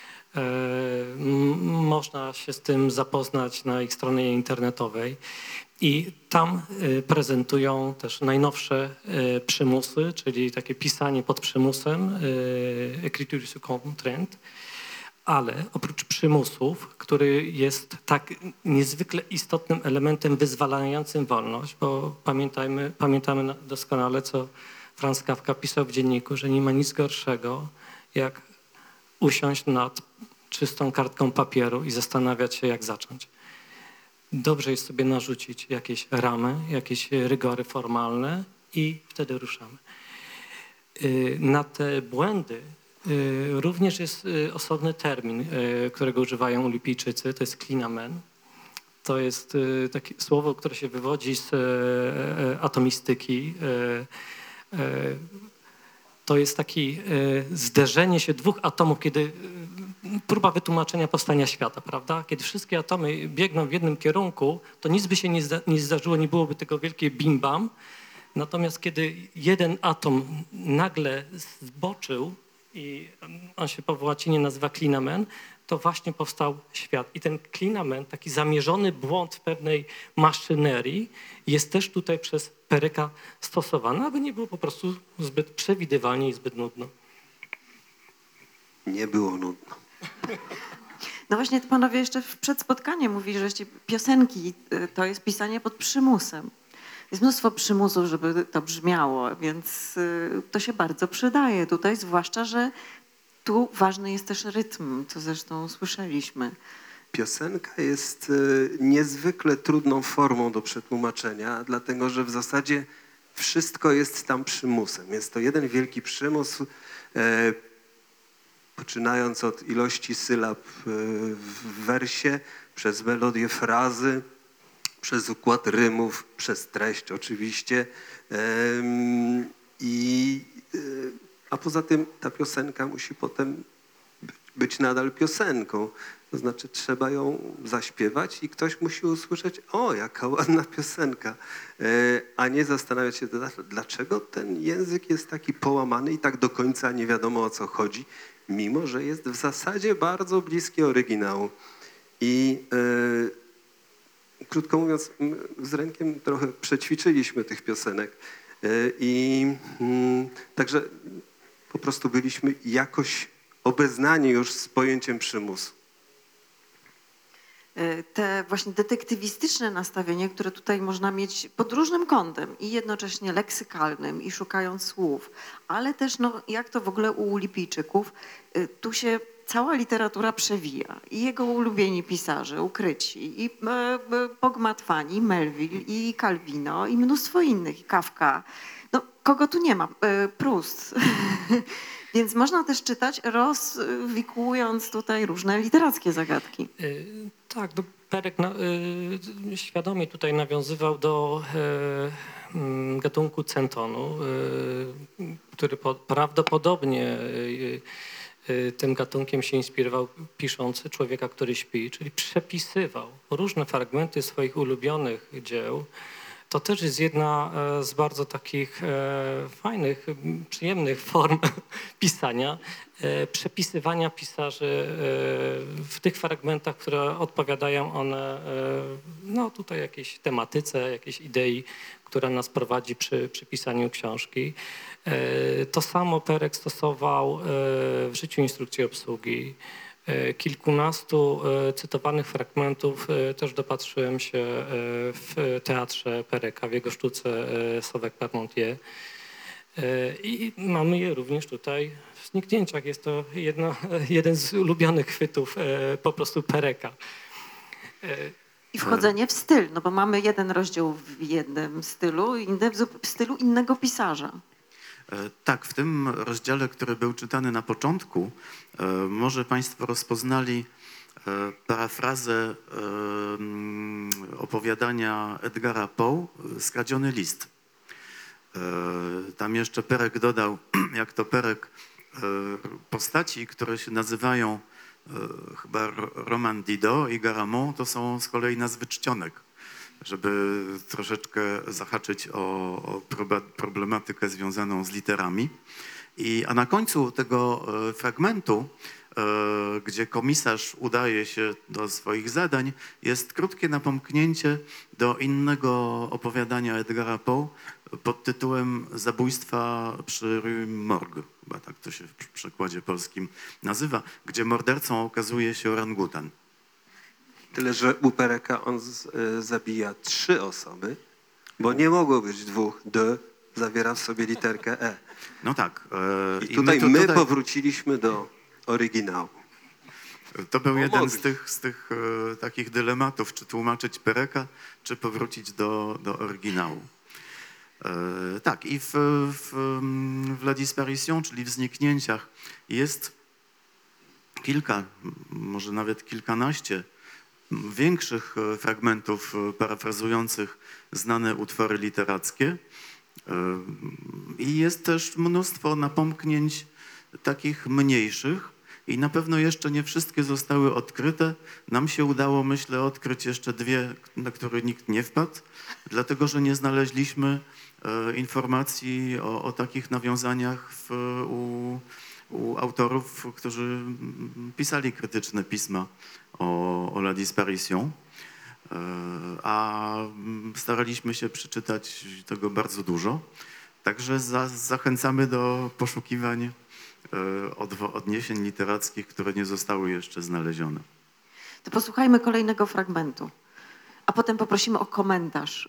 Można się z tym zapoznać na ich stronie internetowej i tam prezentują też najnowsze przymusy, czyli takie pisanie pod przymusem, écriture sous contrainte. Ale oprócz przymusów, który jest tak niezwykle istotnym elementem wyzwalającym wolność, bo pamiętamy doskonale, co Franz Kafka pisał w dzienniku, że nie ma nic gorszego, jak usiąść nad czystą kartką papieru i zastanawiać się, jak zacząć. Dobrze jest sobie narzucić jakieś ramy, jakieś rygory formalne i wtedy ruszamy. Na te błędy również jest osobny termin, którego używają Olimpijczycy, to jest klinamen. To jest takie słowo, które się wywodzi z atomistyki. To jest takie zderzenie się dwóch atomów, kiedy próba wytłumaczenia powstania świata, prawda? Kiedy wszystkie atomy biegną w jednym kierunku, to nic by się nie zdarzyło, nie byłoby tego wielkie bim-bam. Natomiast kiedy jeden atom nagle zboczył, i on się po łacinie nazywa klinamen, to właśnie powstał świat. I ten klinamen, taki zamierzony błąd w pewnej maszynerii, jest też tutaj przez Peryka stosowany, aby nie było po prostu zbyt przewidywalnie i zbyt nudno. Nie było nudno. No właśnie, panowie jeszcze przed spotkaniem mówili, że piosenki to jest pisanie pod przymusem. Jest mnóstwo przymusów, żeby to brzmiało, więc to się bardzo przydaje tutaj, zwłaszcza, że tu ważny jest też rytm, co zresztą słyszeliśmy. Piosenka jest niezwykle trudną formą do przetłumaczenia, dlatego że w zasadzie wszystko jest tam przymusem. Jest to jeden wielki przymus, poczynając od ilości sylab w wersie, przez melodię frazy, przez układ rymów, przez treść oczywiście. A poza tym ta piosenka musi potem być nadal piosenką. To znaczy trzeba ją zaśpiewać i ktoś musi usłyszeć, o, jaka ładna piosenka, a nie zastanawiać się, dlaczego ten język jest taki połamany i tak do końca nie wiadomo, o co chodzi, mimo że jest w zasadzie bardzo bliski oryginału. I krótko mówiąc, z Renkiem trochę przećwiczyliśmy tych piosenek i także po prostu byliśmy jakoś obeznani już z pojęciem przymusu. Te właśnie detektywistyczne nastawienie, które tutaj można mieć pod różnym kątem i jednocześnie leksykalnym i szukając słów, ale też no, jak to w ogóle u Libijczyków, tu się cała literatura przewija i jego ulubieni pisarze, ukryci, i pogmatwani, i Melville, i Calvino, i mnóstwo innych, i Kafka. No, kogo tu nie ma? Proust. Więc można też czytać, rozwikłując tutaj różne literackie zagadki. Tak, Perek świadomie tutaj nawiązywał do gatunku centonu, który prawdopodobnie tym gatunkiem się inspirował pisząc Człowieka, który śpi, czyli przepisywał różne fragmenty swoich ulubionych dzieł. To też jest jedna z bardzo takich fajnych, przyjemnych form pisania, przepisywania pisarzy w tych fragmentach, które odpowiadają one no tutaj jakiejś tematyce, jakiejś idei, która nas prowadzi przy pisaniu książki. To samo Perek stosował w życiu instrukcji obsługi. Kilkunastu cytowanych fragmentów też dopatrzyłem się w teatrze Pereka, w jego sztuce Sauveur Parmentier. I mamy je również tutaj w zniknięciach. Jest to jeden z ulubionych chwytów po prostu Pereka. I wchodzenie w styl, no bo mamy jeden rozdział w jednym stylu, inny w stylu innego pisarza. Tak, w tym rozdziale, który był czytany na początku, może Państwo rozpoznali parafrazę opowiadania Edgara Poe Skradziony list. Tam jeszcze Perek dodał, jak to Perek, postaci, które się nazywają chyba Roman Didot i Garamond, to są z kolei nazwy czcionek, żeby troszeczkę zahaczyć o problematykę związaną z literami. A na końcu tego fragmentu, gdzie komisarz udaje się do swoich zadań, jest krótkie napomknięcie do innego opowiadania Edgara Poe pod tytułem Zabójstwa przy Rue Morgue, chyba tak to się w przekładzie polskim nazywa, gdzie mordercą okazuje się orangutan. Tyle, że u Pereka on zabija 3 osoby, bo nie mogło być 2. D zawiera w sobie literkę E. No tak. I tutaj my powróciliśmy do oryginału. To był jeden z tych takich dylematów, czy tłumaczyć Pereka, czy powrócić do oryginału. Tak, i w La Disparition, czyli w Zniknięciach, jest kilka, może nawet kilkanaście większych fragmentów parafrazujących znane utwory literackie. I jest też mnóstwo napomknięć takich mniejszych i na pewno jeszcze nie wszystkie zostały odkryte. Nam się udało, myślę, odkryć jeszcze 2, na które nikt nie wpadł, dlatego że nie znaleźliśmy informacji o takich nawiązaniach u autorów, którzy pisali krytyczne pisma o La Disparition. A staraliśmy się przeczytać tego bardzo dużo. Także zachęcamy do poszukiwań odniesień literackich, które nie zostały jeszcze znalezione. To posłuchajmy kolejnego fragmentu, a potem poprosimy o komentarz.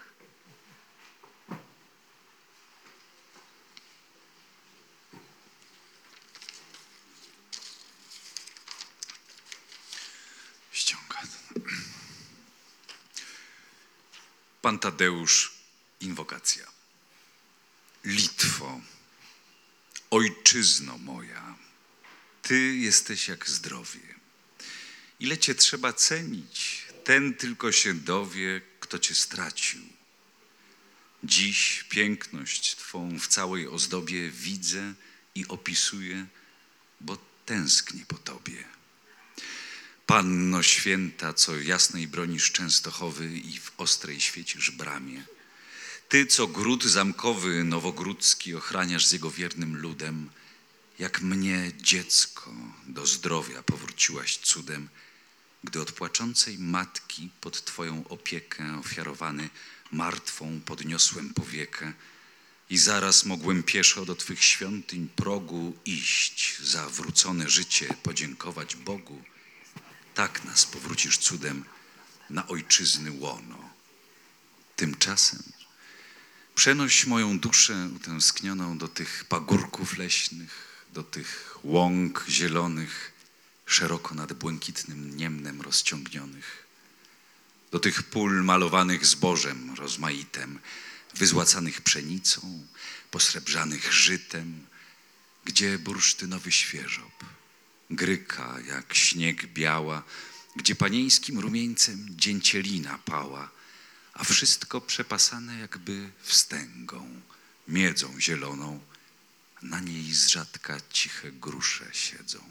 Pan Tadeusz, inwokacja. Litwo, ojczyzno moja, Ty jesteś jak zdrowie. Ile Cię trzeba cenić, ten tylko się dowie, kto Cię stracił. Dziś piękność Twą w całej ozdobie widzę i opisuję, bo tęsknię po Tobie. Panno święta, co jasnej bronisz Częstochowy i w ostrej świecisz bramie. Ty, co gród zamkowy nowogródzki ochraniasz z jego wiernym ludem, jak mnie, dziecko, do zdrowia powróciłaś cudem, gdy od płaczącej matki pod Twoją opiekę ofiarowany martwą podniosłem powiekę i zaraz mogłem pieszo do Twych świątyń progu iść, za wrócone życie podziękować Bogu. Tak nas powrócisz cudem na ojczyzny łono. Tymczasem przenoś moją duszę utęsknioną do tych pagórków leśnych, do tych łąk zielonych, szeroko nad błękitnym niemnem rozciągnionych, do tych pól malowanych zbożem rozmaitem, wyzłacanych pszenicą, posrebrzanych żytem, gdzie bursztynowy świeżop, gryka jak śnieg biała, gdzie panieńskim rumieńcem dzięcielina pała, a wszystko przepasane jakby wstęgą, miedzą zieloną, na niej z rzadka ciche grusze siedzą.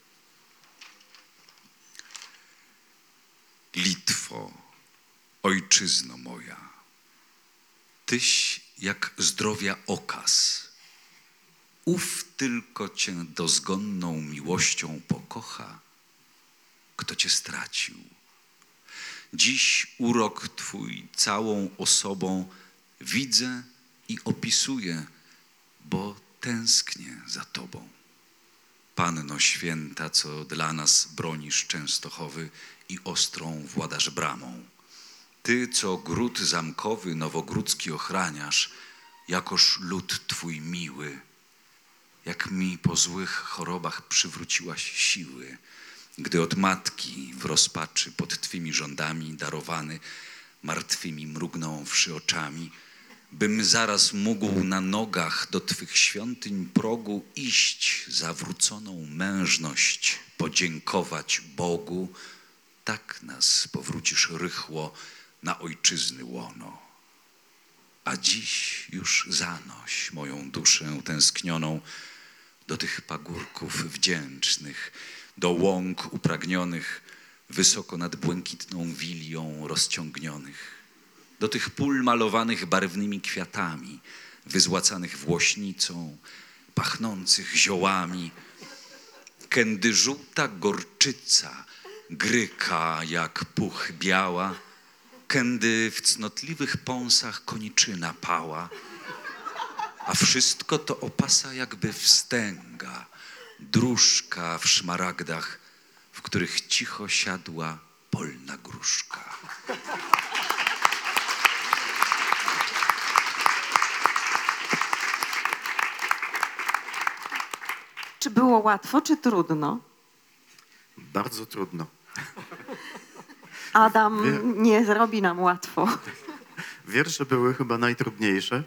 Litwo, ojczyzno moja, tyś jak zdrowia okaz. Ów tylko cię dozgonną miłością pokocha, kto cię stracił. Dziś urok twój całą osobą widzę i opisuję, bo tęsknię za tobą. Panno święta, co dla nas bronisz Częstochowy i ostrą władasz bramą. Ty, co gród zamkowy nowogródzki ochraniasz, jakoż lud twój miły, jak mi po złych chorobach przywróciłaś siły, gdy od matki w rozpaczy pod twymi rządami darowany, martwymi mrugnąwszy oczami, bym zaraz mógł na nogach do twych świątyń progu iść, zawróconą mężność podziękować Bogu, tak nas powrócisz rychło na ojczyzny łono. A dziś już zanoś moją duszę tęsknioną do tych pagórków wdzięcznych, do łąk upragnionych, wysoko nad błękitną wilią rozciągnionych, do tych pól malowanych barwnymi kwiatami, wyzłacanych włośnicą, pachnących ziołami, kędy żółta gorczyca gryka jak puch biała, kędy w cnotliwych pąsach koniczyna pała, a wszystko to opasa jakby wstęga, dróżka w szmaragdach, w których cicho siadła polna gruszka. Czy było łatwo, czy trudno? Bardzo trudno. Adam nie zrobi nam łatwo. Wiersze były chyba najtrudniejsze.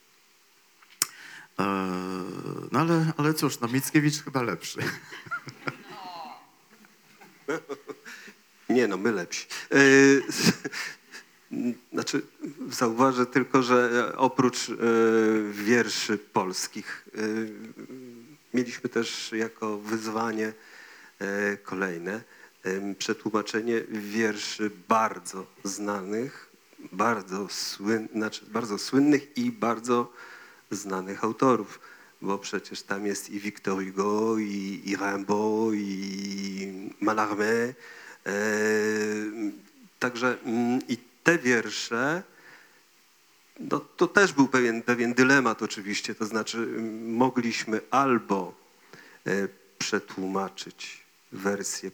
No ale cóż, no Mickiewicz chyba lepszy. Nie no, my lepsi. Znaczy, zauważę tylko, że oprócz wierszy polskich mieliśmy też jako wyzwanie kolejne przetłumaczenie wierszy bardzo znanych, bardzo słynnych i bardzo znanych autorów, bo przecież tam jest i Victor Hugo, i Rimbaud, i Mallarmé. Także i te wiersze, no, to też był pewien dylemat oczywiście, to znaczy mogliśmy albo przetłumaczyć wersję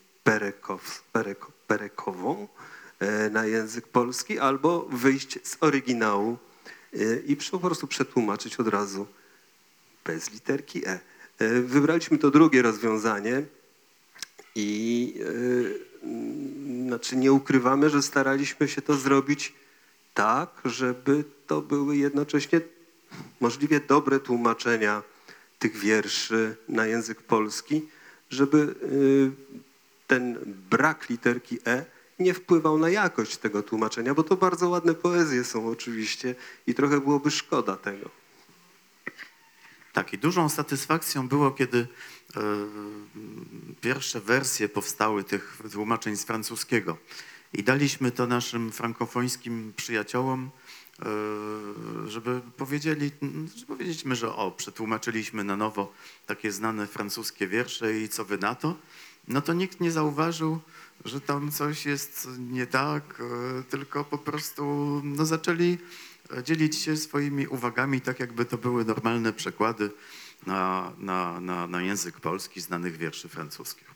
perekową na język polski, albo wyjść z oryginału i po prostu przetłumaczyć od razu bez literki E. Wybraliśmy to drugie rozwiązanie i znaczy nie ukrywamy, że staraliśmy się to zrobić tak, żeby to były jednocześnie możliwie dobre tłumaczenia tych wierszy na język polski, żeby ten brak literki E nie wpływał na jakość tego tłumaczenia, bo to bardzo ładne poezje są oczywiście i trochę byłoby szkoda tego. Tak, i dużą satysfakcją było, kiedy pierwsze wersje powstały tych tłumaczeń z francuskiego. I daliśmy to naszym frankofońskim przyjaciołom, żeby powiedzieliśmy, że przetłumaczyliśmy na nowo takie znane francuskie wiersze i co wy na to? No to nikt nie zauważył, że tam coś jest nie tak, tylko po prostu no, zaczęli dzielić się swoimi uwagami, tak jakby to były normalne przekłady na język polski znanych wierszy francuskich.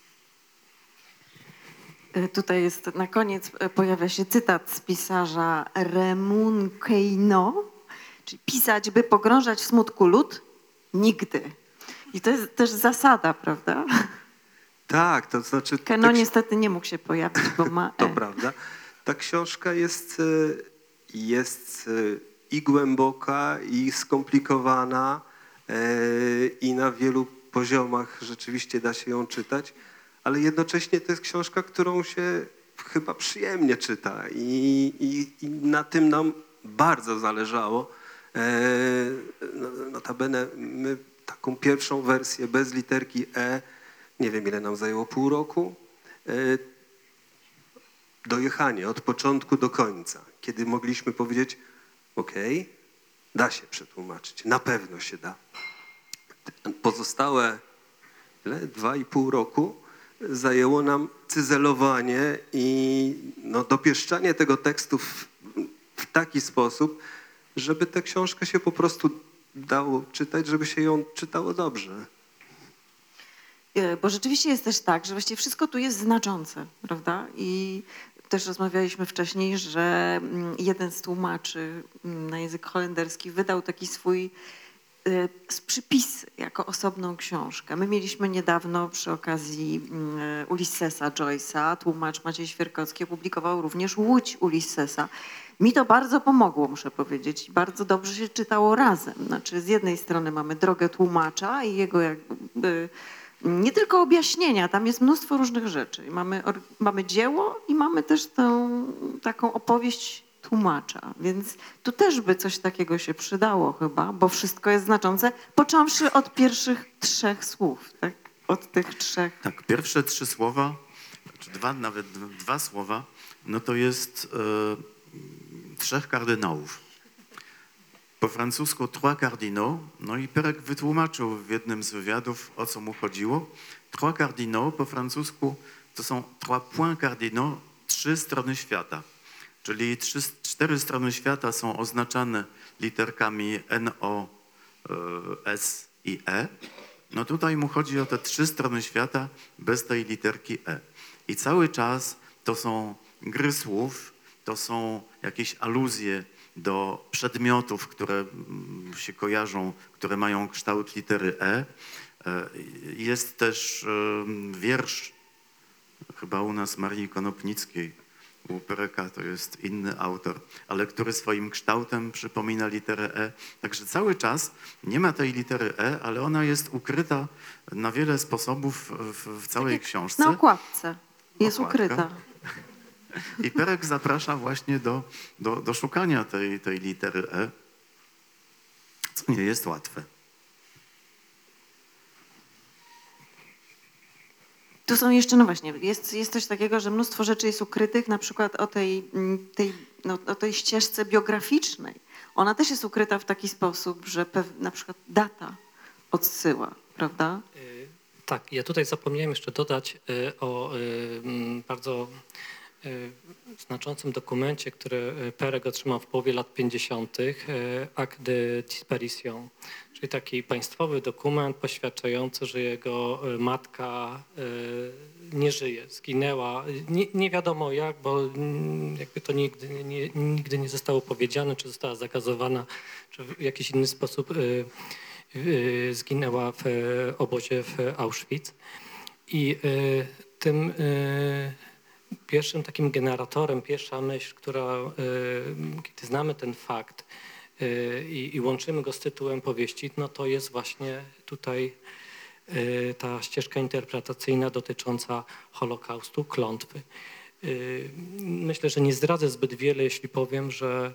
Tutaj jest na koniec, pojawia się cytat z pisarza Raymond Queneau, czyli pisać, by pogrążać w smutku lud? Nigdy. I to jest też zasada, prawda? Tak, to znaczy... Queneau niestety nie mógł się pojawić, bo ma To prawda. Ta książka jest i głęboka, i skomplikowana, i na wielu poziomach rzeczywiście da się ją czytać, ale jednocześnie to jest książka, którą się chyba przyjemnie czyta i na tym nam bardzo zależało. Notabene my taką pierwszą wersję bez literki E, nie wiem ile nam zajęło, pół roku, dojechanie od początku do końca, kiedy mogliśmy powiedzieć, okej, da się przetłumaczyć, na pewno się da. Pozostałe 2,5 roku zajęło nam cyzelowanie i dopieszczanie tego tekstu w taki sposób, żeby tę książkę się po prostu dało czytać, żeby się ją czytało dobrze. Bo rzeczywiście jest też tak, że właściwie wszystko tu jest znaczące, prawda? I też rozmawialiśmy wcześniej, że jeden z tłumaczy na język holenderski wydał taki swój przypis jako osobną książkę. My mieliśmy niedawno przy okazji Ulyssesa Joyce'a, tłumacz Maciej Świerkowski opublikował również Łódź Ulyssesa. Mi to bardzo pomogło, muszę powiedzieć. Bardzo dobrze się czytało razem. Znaczy z jednej strony mamy drogę tłumacza i jego jakby nie tylko objaśnienia, tam jest mnóstwo różnych rzeczy. Mamy dzieło i mamy też tę taką opowieść tłumacza, więc tu też by coś takiego się przydało chyba, bo wszystko jest znaczące, począwszy od pierwszych 3 słów, tak? Od tych 3. Tak, pierwsze 3 słowa, czy nawet 2 słowa, no to jest 3 kardynałów. Po francusku 3 cardinaux, no i Perek wytłumaczył w jednym z wywiadów, o co mu chodziło. 3 cardinaux po francusku to są 3 points cardinaux, 3 strony świata. Czyli 4 strony świata są oznaczane literkami N, O, S i E. No tutaj mu chodzi o te 3 strony świata bez tej literki E. I cały czas to są gry słów, to są jakieś aluzje do przedmiotów, które się kojarzą, które mają kształt litery E. Jest też wiersz, chyba u nas Marii Konopnickiej, u Pereka to jest inny autor, ale który swoim kształtem przypomina literę E. Także cały czas nie ma tej litery E, ale ona jest ukryta na wiele sposobów w całej książce. Na okładce jest Okładka. ukryta. I Perek zaprasza właśnie do szukania tej litery E, co nie jest łatwe. Tu są jeszcze, no właśnie, jest coś takiego, że mnóstwo rzeczy jest ukrytych, na przykład o tej ścieżce biograficznej. Ona też jest ukryta w taki sposób, że na przykład data odsyła, prawda? Tak, ja tutaj zapomniałem jeszcze dodać o bardzo znaczącym dokumencie, który Perek otrzymał w połowie lat 50. Acte de disparition, czyli taki państwowy dokument poświadczający, że jego matka nie żyje, zginęła. Nie wiadomo jak, bo jakby to nigdy nie zostało powiedziane, czy została zagazowana, czy w jakiś inny sposób zginęła w obozie w Auschwitz. I tym pierwszym takim generatorem, pierwsza myśl, która, kiedy znamy ten fakt i łączymy go z tytułem powieści, no to jest właśnie tutaj ta ścieżka interpretacyjna dotycząca Holokaustu, klątwy. Myślę, że nie zdradzę zbyt wiele, jeśli powiem, że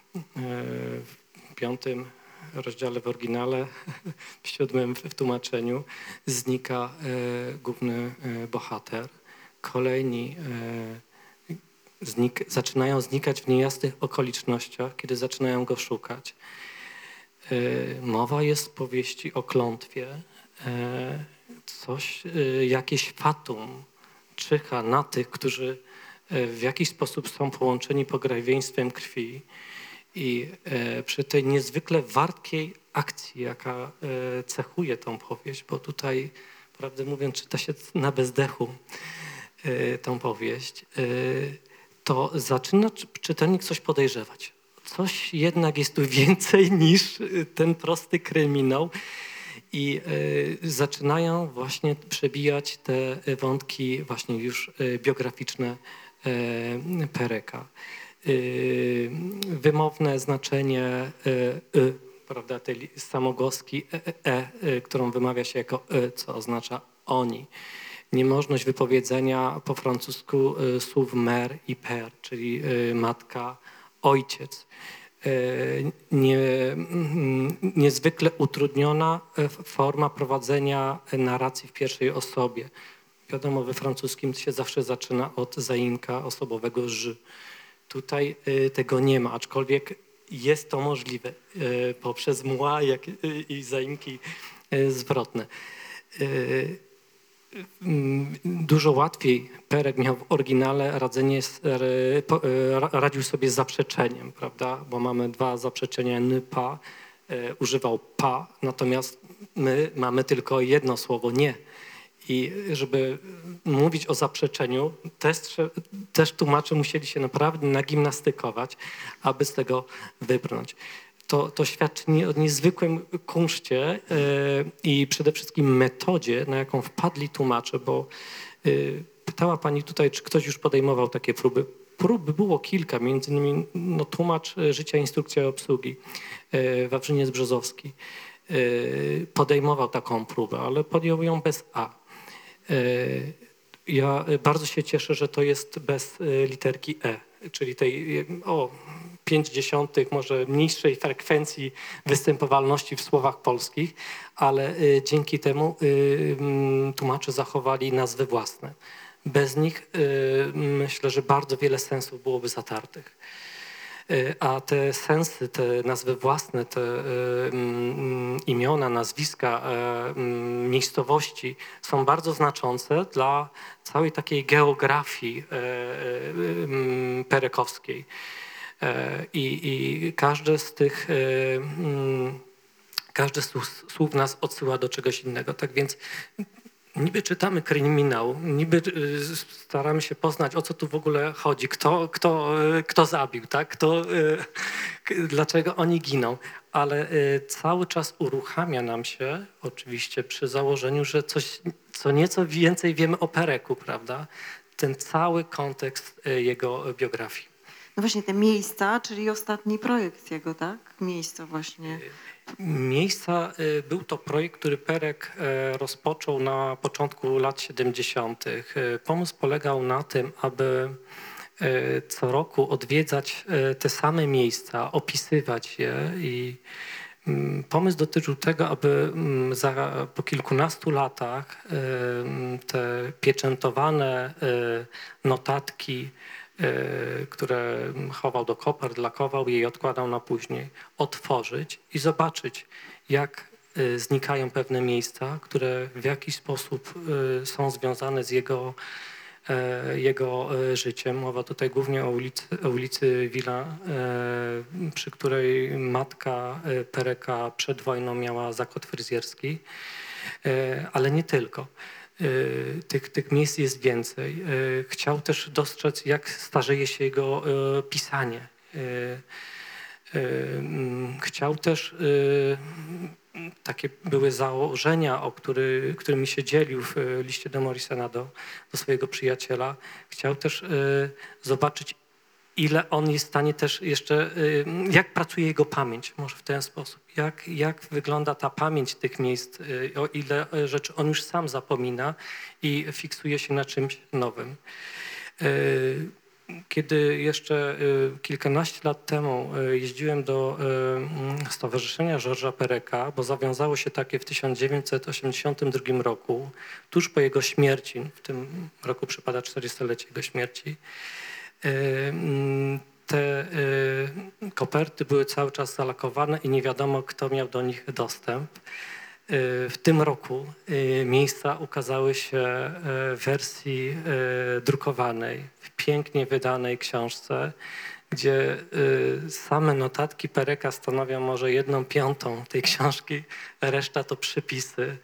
w 5. rozdziale w oryginale, w 7. w tłumaczeniu znika główny bohater. Kolejni zaczynają znikać w niejasnych okolicznościach, kiedy zaczynają go szukać. Mowa jest w powieści o klątwie. Jakieś fatum czyha na tych, którzy w jakiś sposób są połączeni pokrewieństwem krwi. I przy tej niezwykle wartkiej akcji, jaka cechuje tą powieść, bo tutaj, prawdę mówiąc, czyta się na bezdechu tą powieść, to zaczyna czytelnik coś podejrzewać. Coś jednak jest tu więcej niż ten prosty kryminał i zaczynają właśnie przebijać te wątki właśnie już biograficzne Pereka. Wymowne znaczenie prawda, tej samogłoski którą wymawia się jako co oznacza oni. Niemożność wypowiedzenia po francusku słów mère i père, czyli matka, ojciec. Niezwykle utrudniona forma prowadzenia narracji w pierwszej osobie. Wiadomo, we francuskim się zawsze zaczyna od zaimka osobowego ż. Tutaj tego nie ma, aczkolwiek jest to możliwe poprzez moi i zaimki zwrotne. Dużo łatwiej Perek miał w oryginale radził sobie z zaprzeczeniem, prawda? Bo mamy dwa zaprzeczenia n, pa, używał pa, natomiast my mamy tylko jedno słowo nie. I żeby mówić o zaprzeczeniu, też tłumacze musieli się naprawdę nagimnastykować, aby z tego wybrnąć. To świadczy o niezwykłym kunszcie i przede wszystkim metodzie, na jaką wpadli tłumacze, bo pytała pani tutaj, czy ktoś już podejmował takie próby. Prób było kilka, między innymi tłumacz Życia, instrukcja obsługi, Wawrzyniec Brzozowski podejmował taką próbę, ale podjął ją bez A. Ja bardzo się cieszę, że to jest bez literki E, czyli tej 0,5 może mniejszej frekwencji występowalności w słowach polskich, ale dzięki temu tłumacze zachowali nazwy własne. Bez nich myślę, że bardzo wiele sensów byłoby zatartych. A te sensy, te nazwy własne, te imiona, nazwiska, miejscowości są bardzo znaczące dla całej takiej geografii perekowskiej. I każde z tych słów nas odsyła do czegoś innego. Tak więc niby czytamy kryminał, niby staramy się poznać, o co tu w ogóle chodzi, kto zabił, tak? Dlaczego oni giną, ale cały czas uruchamia nam się, oczywiście przy założeniu, że co nieco więcej wiemy o Pereku, prawda? Ten cały kontekst jego biografii. No właśnie te miejsca, czyli ostatni projekt jego, tak? Miejsca właśnie. Miejsca był to projekt, który Perek rozpoczął na początku lat 70. Pomysł polegał na tym, aby co roku odwiedzać te same miejsca, opisywać je i pomysł dotyczył tego, aby po kilkunastu latach te pieczętowane notatki, które chował do kopert, lakował je i odkładał na później, otworzyć i zobaczyć, jak znikają pewne miejsca, które w jakiś sposób są związane z jego życiem. Mowa tutaj głównie o ulicy Villa, przy której matka Pereka przed wojną miała zakład fryzjerski, ale nie tylko. Tych miejsc jest więcej. Chciał też dostrzec, jak starzeje się jego pisanie. Chciał też, takie były założenia, którymi się dzielił w liście do Morrisona, do swojego przyjaciela. Chciał też zobaczyć, ile on jest w stanie też jeszcze, jak pracuje jego pamięć, może w ten sposób. Jak wygląda ta pamięć tych miejsc, o ile rzeczy on już sam zapomina i fiksuje się na czymś nowym. Kiedy jeszcze kilkanaście lat temu jeździłem do Stowarzyszenia Georgesa Pereka, bo zawiązało się takie w 1982 roku, tuż po jego śmierci, w tym roku przypada 40-lecie jego śmierci, te koperty były cały czas zalakowane i nie wiadomo, kto miał do nich dostęp. W tym roku miejsca ukazały się w wersji drukowanej, w pięknie wydanej książce, gdzie same notatki Pereka stanowią może 1/5 tej książki, reszta to przypisy,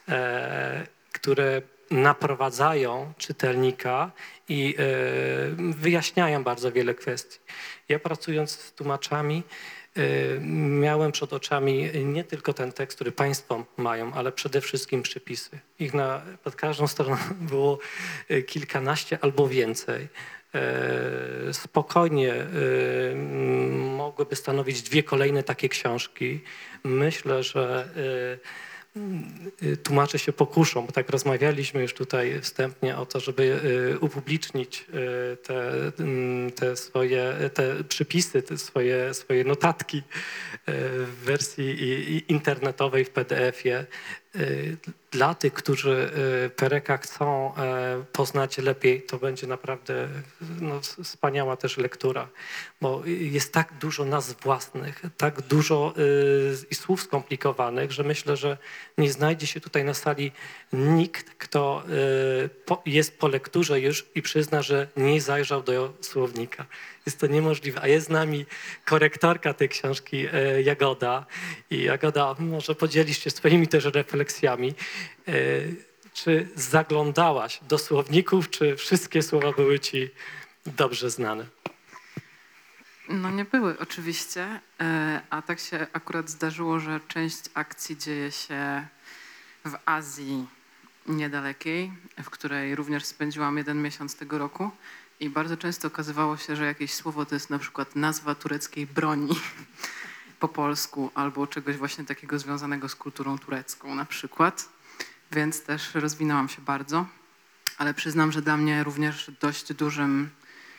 które naprowadzają czytelnika i wyjaśniają bardzo wiele kwestii. Ja pracując z tłumaczami miałem przed oczami nie tylko ten tekst, który Państwo mają, ale przede wszystkim przypisy. Ich pod każdą stroną było kilkanaście albo więcej. spokojnie mogłyby stanowić 2 kolejne takie książki. Myślę, że tłumacze się pokuszą, bo tak rozmawialiśmy już tutaj wstępnie o to, żeby upublicznić te swoje przypisy, te swoje notatki w wersji internetowej, w PDF-ie. Dla tych, którzy Pereka chcą poznać lepiej, to będzie naprawdę wspaniała też lektura, bo jest tak dużo nazw własnych, tak dużo i słów skomplikowanych, że myślę, że nie znajdzie się tutaj na sali nikt, kto jest po lekturze już i przyzna, że nie zajrzał do słownika. Jest to niemożliwe. A jest z nami korektorka tej książki, Jagoda. I Jagoda, może podzielisz się swoimi też refleksjami. Czy zaglądałaś do słowników, czy wszystkie słowa były ci dobrze znane? No nie były oczywiście, a tak się akurat zdarzyło, że część akcji dzieje się w Azji niedalekiej, w której również spędziłam 1 miesiąc tego roku. I bardzo często okazywało się, że jakieś słowo to jest na przykład nazwa tureckiej broni po polsku albo czegoś właśnie takiego związanego z kulturą turecką na przykład. Więc też rozwinęłam się bardzo, ale przyznam, że dla mnie również dość dużym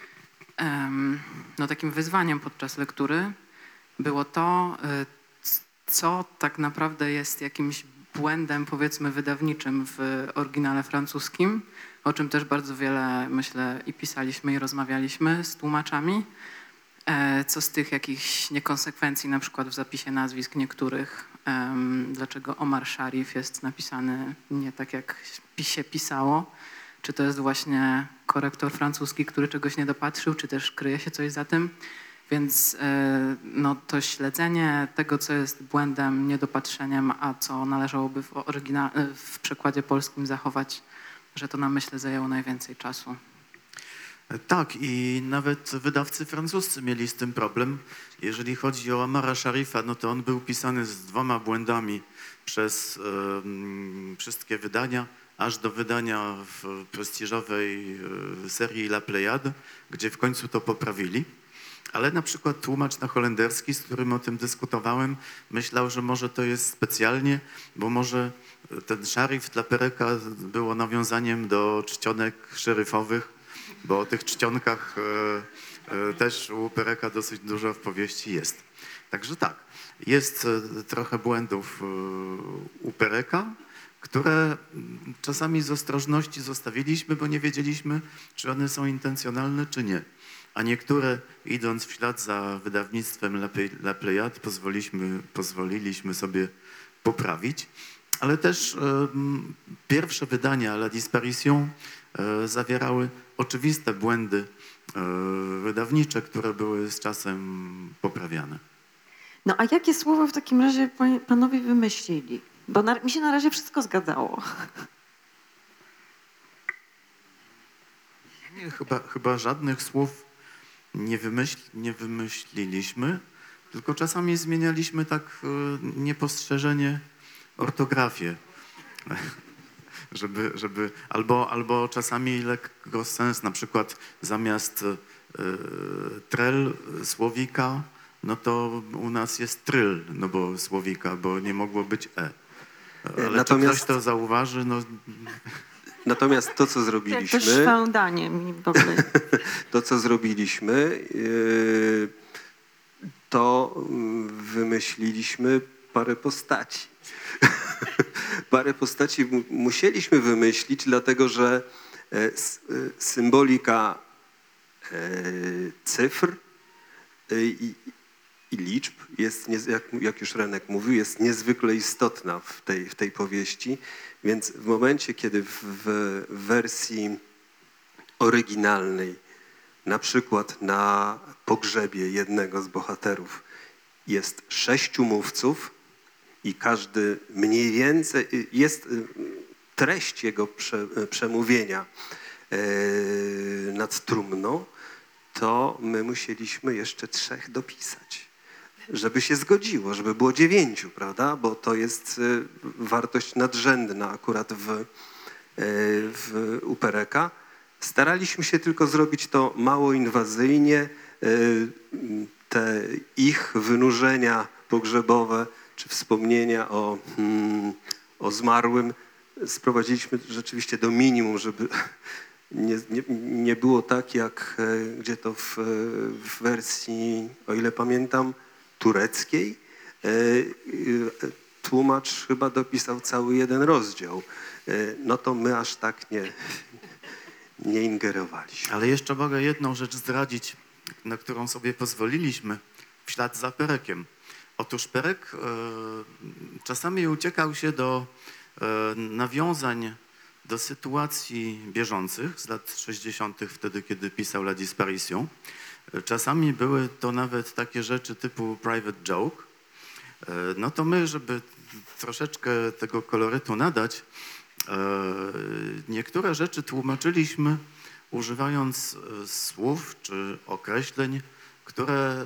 takim wyzwaniem podczas lektury było to, co tak naprawdę jest jakimś błędem, powiedzmy, wydawniczym w oryginale francuskim, o czym też bardzo wiele, myślę, i pisaliśmy, i rozmawialiśmy z tłumaczami. Co z tych jakichś niekonsekwencji, na przykład w zapisie nazwisk niektórych, dlaczego Omar Sharif jest napisany nie tak, jak się pisało, czy to jest właśnie korektor francuski, który czegoś nie dopatrzył, czy też kryje się coś za tym. Więc to śledzenie tego, co jest błędem, niedopatrzeniem, a co należałoby w przekładzie polskim zachować, że to nam, myślę, zajęło najwięcej czasu. Tak, i nawet wydawcy francuscy mieli z tym problem. Jeżeli chodzi o Omara Sharifa, no to on był pisany z 2 błędami przez wszystkie wydania, aż do wydania w prestiżowej serii La Pléiade, gdzie w końcu to poprawili. Ale na przykład tłumacz na holenderski, z którym o tym dyskutowałem, myślał, że może to jest specjalnie, bo może ten Sharif dla Pereka było nawiązaniem do czcionek szeryfowych, bo o tych czcionkach też u Pereka dosyć dużo w powieści jest. Także tak, jest trochę błędów u Pereka, które czasami z ostrożności zostawiliśmy, bo nie wiedzieliśmy, czy one są intencjonalne, czy nie. A niektóre, idąc w ślad za wydawnictwem La Pléiade, pozwoliliśmy sobie poprawić. Ale też pierwsze wydania La Disparition zawierały oczywiste błędy wydawnicze, które były z czasem poprawiane. No a jakie słowo w takim razie panowie wymyślili? Bo mi się na razie wszystko zgadzało. Nie, chyba żadnych słów nie wymyśliliśmy, tylko czasami zmienialiśmy tak niepostrzeżenie ortografię. żeby albo czasami lekko sens, na przykład zamiast trel słowika, no to u nas jest tryl, no bo słowika, bo nie mogło być Ale natomiast, czy ktoś to zauważy, no... Natomiast to, co zrobiliśmy... Jak to szwendanie mi w ogóle. To, co zrobiliśmy, to wymyśliliśmy parę postaci. Parę postaci musieliśmy wymyślić, dlatego że symbolika cyfr i liczb jest, jak już Renek mówił, jest niezwykle istotna w tej powieści. Więc w momencie, kiedy w wersji oryginalnej, na przykład na pogrzebie jednego z bohaterów jest 6 mówców i każdy mniej więcej jest treść jego przemówienia nad trumną, to my musieliśmy jeszcze 3 dopisać, żeby się zgodziło, żeby było 9, prawda? Bo to jest wartość nadrzędna akurat u Pereka. Staraliśmy się tylko zrobić to mało inwazyjnie. Te ich wynurzenia pogrzebowe czy wspomnienia o zmarłym sprowadziliśmy rzeczywiście do minimum, żeby nie było tak, jak gdzie to w wersji, o ile pamiętam, tureckiej. Tłumacz chyba dopisał cały jeden rozdział. No to my aż tak nie ingerowaliśmy. Ale jeszcze mogę jedną rzecz zdradzić, na którą sobie pozwoliliśmy w ślad za Perekiem. Otóż Perek czasami uciekał się do nawiązań do sytuacji bieżących z lat 60., wtedy kiedy pisał La Disparition. Czasami były to nawet takie rzeczy typu private joke. No to my, żeby troszeczkę tego kolorytu nadać, niektóre rzeczy tłumaczyliśmy używając słów czy określeń, które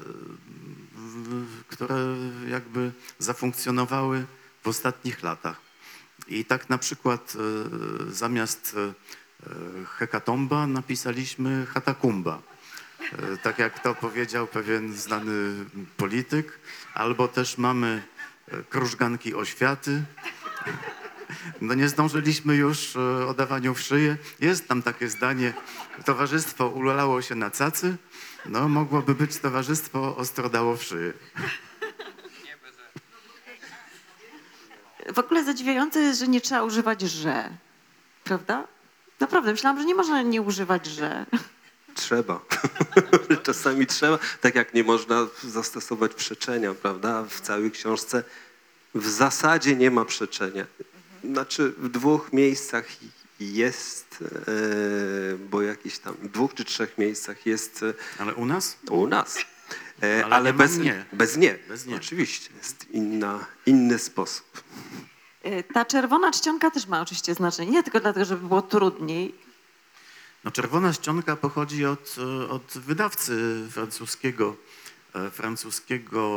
jakby zafunkcjonowały w ostatnich latach. I tak na przykład zamiast hekatomba napisaliśmy hatakumba. Tak jak to powiedział pewien znany polityk. Albo też mamy krużganki oświaty. No nie zdążyliśmy już o dawaniu w szyję. Jest tam takie zdanie, towarzystwo ulalało się na cacy. No mogłoby być towarzystwo ostro dało w szyję. W ogóle zadziwiające jest, że nie trzeba używać że, prawda? Naprawdę, myślałam, że nie można nie używać że. Trzeba. Czasami trzeba. Tak jak nie można zastosować przeczenia, prawda? W całej książce w zasadzie nie ma przeczenia. Znaczy w 2 miejscach jest, bo jakieś tam, w 2 czy 3 miejscach jest. Ale u nas? U nas. Ale bez nie. Bez nie. Bez nie. Oczywiście. Jest inny sposób. Ta czerwona czcionka też ma oczywiście znaczenie, nie tylko dlatego, żeby było trudniej. No, czerwona czcionka pochodzi od wydawcy francuskiego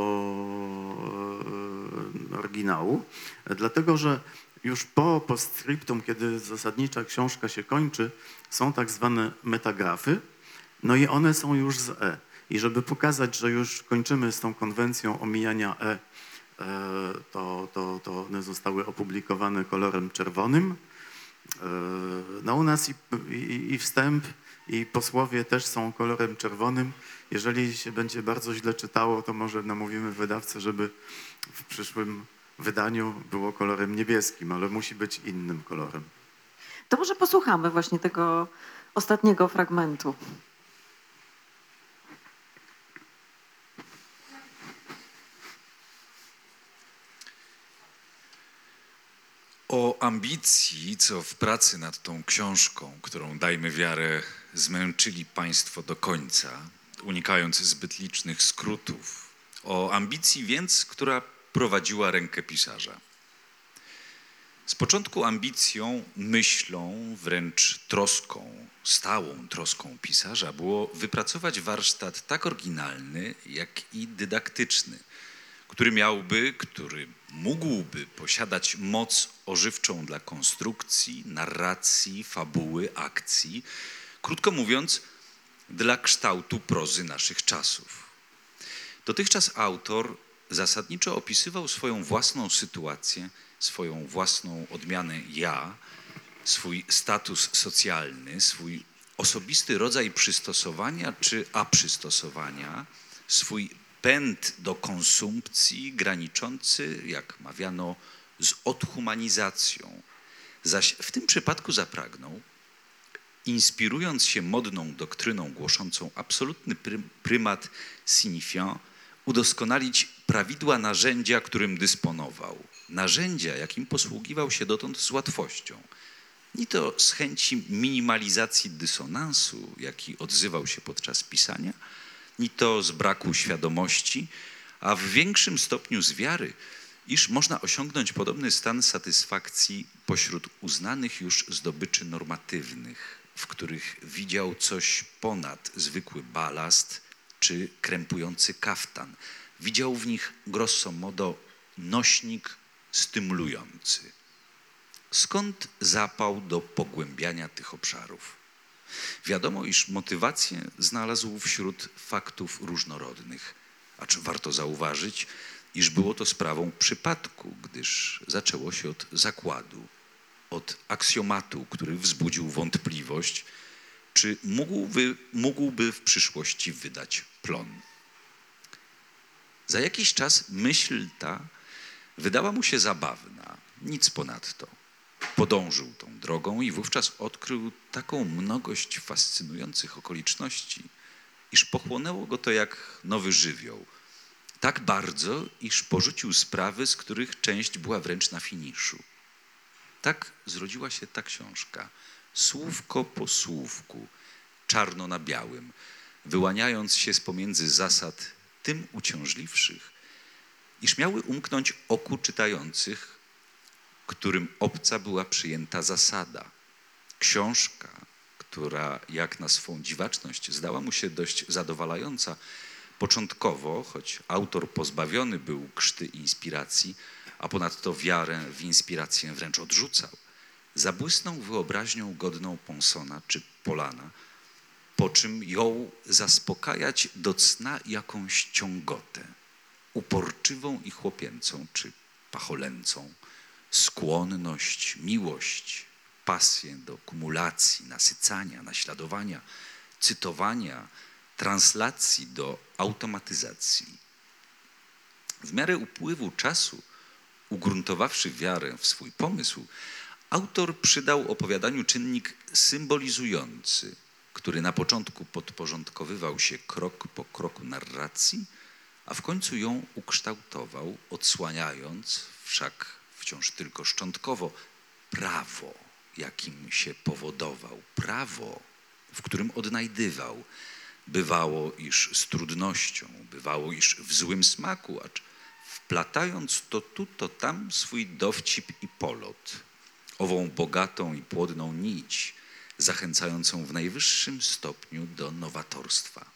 oryginału, dlatego że już po postscriptum, kiedy zasadnicza książka się kończy, są tak zwane metagrafy, no i one są już z E. I żeby pokazać, że już kończymy z tą konwencją omijania E, to one zostały opublikowane kolorem czerwonym. No u nas i wstęp, i posłowie też są kolorem czerwonym. Jeżeli się będzie bardzo źle czytało, to może namówimy wydawcę, żeby w przyszłym wydaniu było kolorem niebieskim, ale musi być innym kolorem. To może posłuchamy właśnie tego ostatniego fragmentu. O ambicji, co w pracy nad tą książką, którą dajmy wiarę, zmęczyli Państwo do końca, unikając zbyt licznych skrótów. O ambicji więc, która prowadziła rękę pisarza. Z początku ambicją, myślą, wręcz troską, stałą troską pisarza było wypracować warsztat tak oryginalny, jak i dydaktyczny, który mógłby posiadać moc ożywczą dla konstrukcji, narracji, fabuły, akcji, krótko mówiąc, dla kształtu prozy naszych czasów. Dotychczas autor zasadniczo opisywał swoją własną sytuację, swoją własną odmianę ja, swój status socjalny, swój osobisty rodzaj przystosowania czy aprzystosowania, swój pęd do konsumpcji graniczący, jak mawiano, z odhumanizacją. Zaś w tym przypadku zapragnął, inspirując się modną doktryną głoszącą absolutny prymat signifiant, udoskonalić prawidła narzędzia, którym dysponował. Narzędzia, jakim posługiwał się dotąd z łatwością. Ni to z chęci minimalizacji dysonansu, jaki odzywał się podczas pisania, ni to z braku świadomości, a w większym stopniu z wiary, iż można osiągnąć podobny stan satysfakcji pośród uznanych już zdobyczy normatywnych, w których widział coś ponad zwykły balast czy krępujący kaftan. Widział w nich grosso modo nośnik stymulujący. Skąd zapał do pogłębiania tych obszarów? Wiadomo, iż motywację znalazł wśród faktów różnorodnych, acz warto zauważyć, iż było to sprawą przypadku, gdyż zaczęło się od zakładu, od aksjomatu, który wzbudził wątpliwość, czy mógłby w przyszłości wydać plon. Za jakiś czas myśl ta wydała mu się zabawna, nic ponadto. Podążył tą drogą i wówczas odkrył taką mnogość fascynujących okoliczności, iż pochłonęło go to jak nowy żywioł. Tak bardzo, iż porzucił sprawy, z których część była wręcz na finiszu. Tak zrodziła się ta książka, słówko po słówku, czarno na białym, wyłaniając się z pomiędzy zasad tym uciążliwszych, iż miały umknąć oku czytających, którym obca była przyjęta zasada. Książka, która jak na swą dziwaczność zdała mu się dość zadowalająca, początkowo, choć autor pozbawiony był krzty inspiracji, a ponadto wiarę w inspirację wręcz odrzucał, zabłysnął wyobraźnią godną Ponsona czy Polana, po czym jął zaspokajać do cna jakąś ciągotę, uporczywą i chłopięcą czy pacholęcą, skłonność, miłość, pasję do kumulacji, nasycania, naśladowania, cytowania, translacji do automatyzacji. W miarę upływu czasu, ugruntowawszy wiarę w swój pomysł, autor przydał opowiadaniu czynnik symbolizujący, który na początku podporządkowywał się krok po kroku narracji, a w końcu ją ukształtował, odsłaniając, wszak wciąż tylko szczątkowo, prawo, jakim się powodował, prawo, w którym odnajdywał. Bywało, iż z trudnością, bywało, iż w złym smaku, acz wplatając to tu, to tam swój dowcip i polot, ową bogatą i płodną nić, zachęcającą w najwyższym stopniu do nowatorstwa.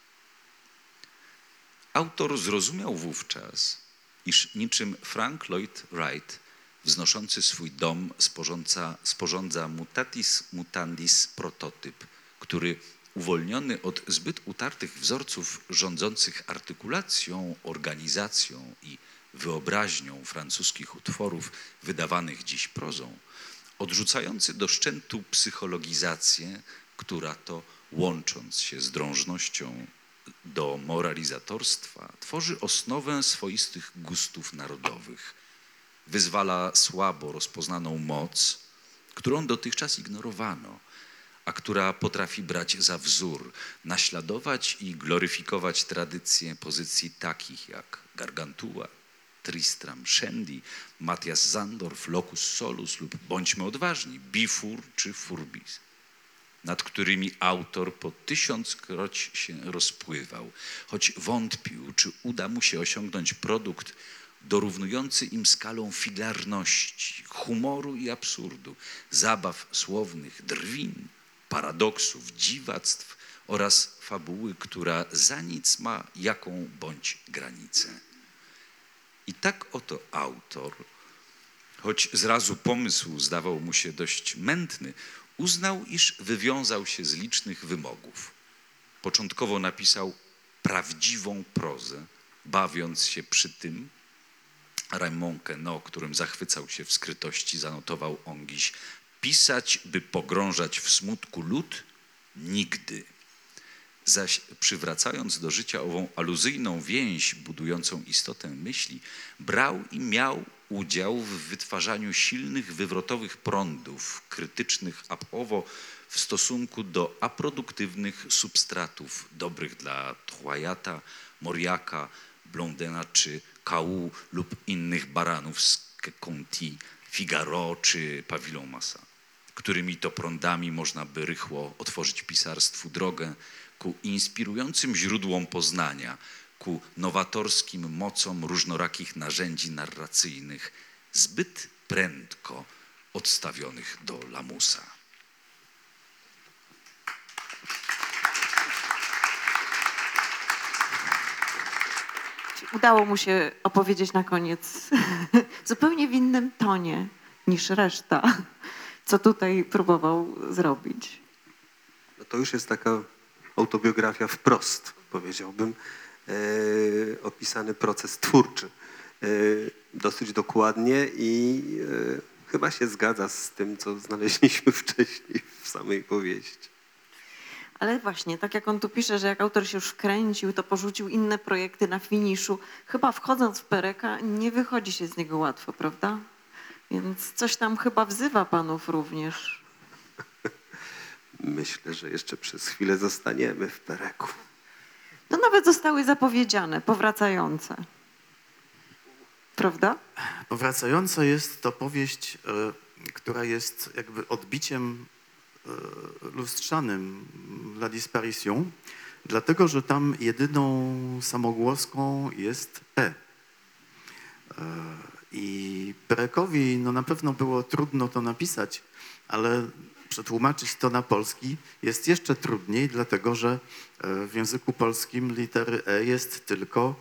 Autor zrozumiał wówczas, iż niczym Frank Lloyd Wright, wznoszący swój dom, sporządza mutatis mutandis prototyp, który uwolniony od zbyt utartych wzorców rządzących artykulacją, organizacją i wyobraźnią francuskich utworów wydawanych dziś prozą, odrzucający do szczętu psychologizację, która to, łącząc się z drążnością do moralizatorstwa, tworzy osnowę swoistych gustów narodowych. Wyzwala słabo rozpoznaną moc, którą dotychczas ignorowano, a która potrafi brać za wzór, naśladować i gloryfikować tradycje pozycji takich jak Gargantua, Tristram Shandy, Matthias Zandorf, Locus Solus lub bądźmy odważni, Bifur czy Furbis, nad którymi autor po 1000-kroć się rozpływał, choć wątpił, czy uda mu się osiągnąć produkt dorównujący im skalą figlarności, humoru i absurdu, zabaw słownych, drwin, paradoksów, dziwactw oraz fabuły, która za nic ma jaką bądź granicę. I tak oto autor, choć zrazu pomysł zdawał mu się dość mętny, uznał, iż wywiązał się z licznych wymogów. Początkowo napisał prawdziwą prozę, bawiąc się przy tym. Raymond Queneau, którym zachwycał się w skrytości, zanotował ongiś: pisać, by pogrążać w smutku lud? Nigdy. Zaś przywracając do życia ową aluzyjną więź budującą istotę myśli, brał i miał udział w wytwarzaniu silnych, wywrotowych prądów, krytycznych apowo w stosunku do aproduktywnych substratów, dobrych dla Troyata, Moriaka, Blondena czy Cau lub innych baranów z Conti, Figaro czy Pavillon Massa, którymi to prądami można by rychło otworzyć pisarstwu drogę ku inspirującym źródłom poznania, ku nowatorskim mocom różnorakich narzędzi narracyjnych, zbyt prędko odstawionych do lamusa. Udało mu się opowiedzieć na koniec zupełnie w innym tonie niż reszta, co tutaj próbował zrobić. No to już jest taka autobiografia wprost, powiedziałbym, opisany proces twórczy. Dosyć dokładnie i chyba się zgadza z tym, co znaleźliśmy wcześniej w samej powieści. Ale właśnie, tak jak on tu pisze, że jak autor się już wkręcił, to porzucił inne projekty na finiszu. Chyba wchodząc w Pereka nie wychodzi się z niego łatwo, prawda? Więc coś tam chyba wzywa panów również. Myślę, że jeszcze przez chwilę zostaniemy w Pereku. No nawet zostały zapowiedziane, powracające. Prawda? Powracająca jest to powieść, która jest jakby odbiciem lustrzanym La Disparition, dlatego że tam jedyną samogłoską jest P. I Perekowi no na pewno było trudno to napisać, ale przetłumaczyć to na polski jest jeszcze trudniej, dlatego że w języku polskim litery E jest tylko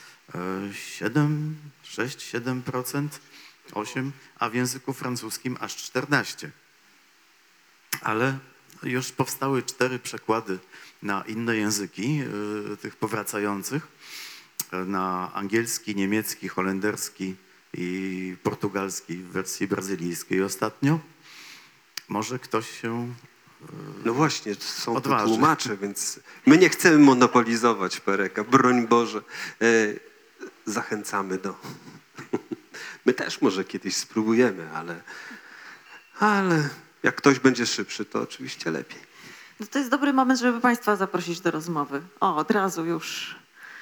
7%, 8%, a w języku francuskim aż 14%. Ale już powstały 4 przekłady na inne języki tych powracających, na angielski, niemiecki, holenderski i portugalski w wersji brazylijskiej ostatnio. Może ktoś się No właśnie, są tu odważy. tłumacze, więc my nie chcemy monopolizować Pereka, broń Boże. Zachęcamy do... My też może kiedyś spróbujemy, ale jak ktoś będzie szybszy, to oczywiście lepiej. No to jest dobry moment, żeby państwa zaprosić do rozmowy. O, od razu już.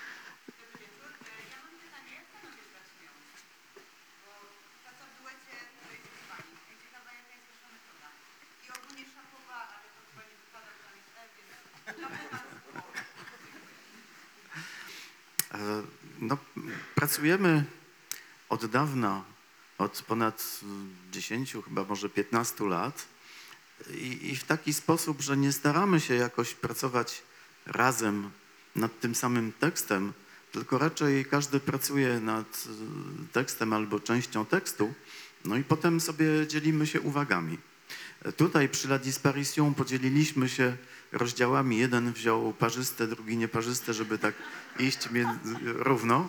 No, pracujemy od dawna, od ponad 10, chyba może 15 lat i w taki sposób, że nie staramy się jakoś pracować razem nad tym samym tekstem, tylko raczej każdy pracuje nad tekstem albo częścią tekstu, no i potem sobie dzielimy się uwagami. Tutaj przy La Disparition podzieliliśmy się rozdziałami. Jeden wziął parzyste, drugi nieparzyste, żeby tak iść równo.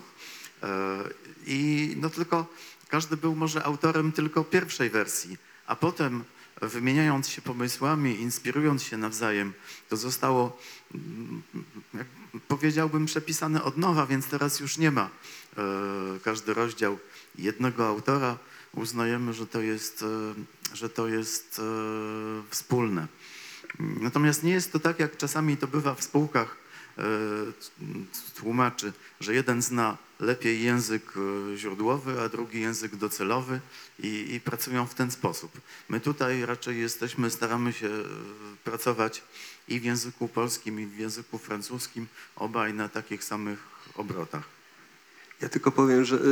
I no tylko każdy był może autorem tylko pierwszej wersji, a potem wymieniając się pomysłami, inspirując się nawzajem, to zostało, jak powiedziałbym, przepisane od nowa, więc teraz już nie ma każdy rozdział jednego autora. Uznajemy, że to jest wspólne. Natomiast nie jest to tak, jak czasami to bywa w spółkach tłumaczy, że jeden zna lepiej język źródłowy, a drugi język docelowy i pracują w ten sposób. My tutaj raczej staramy się pracować i w języku polskim, i w języku francuskim, obaj na takich samych obrotach. Ja tylko powiem, że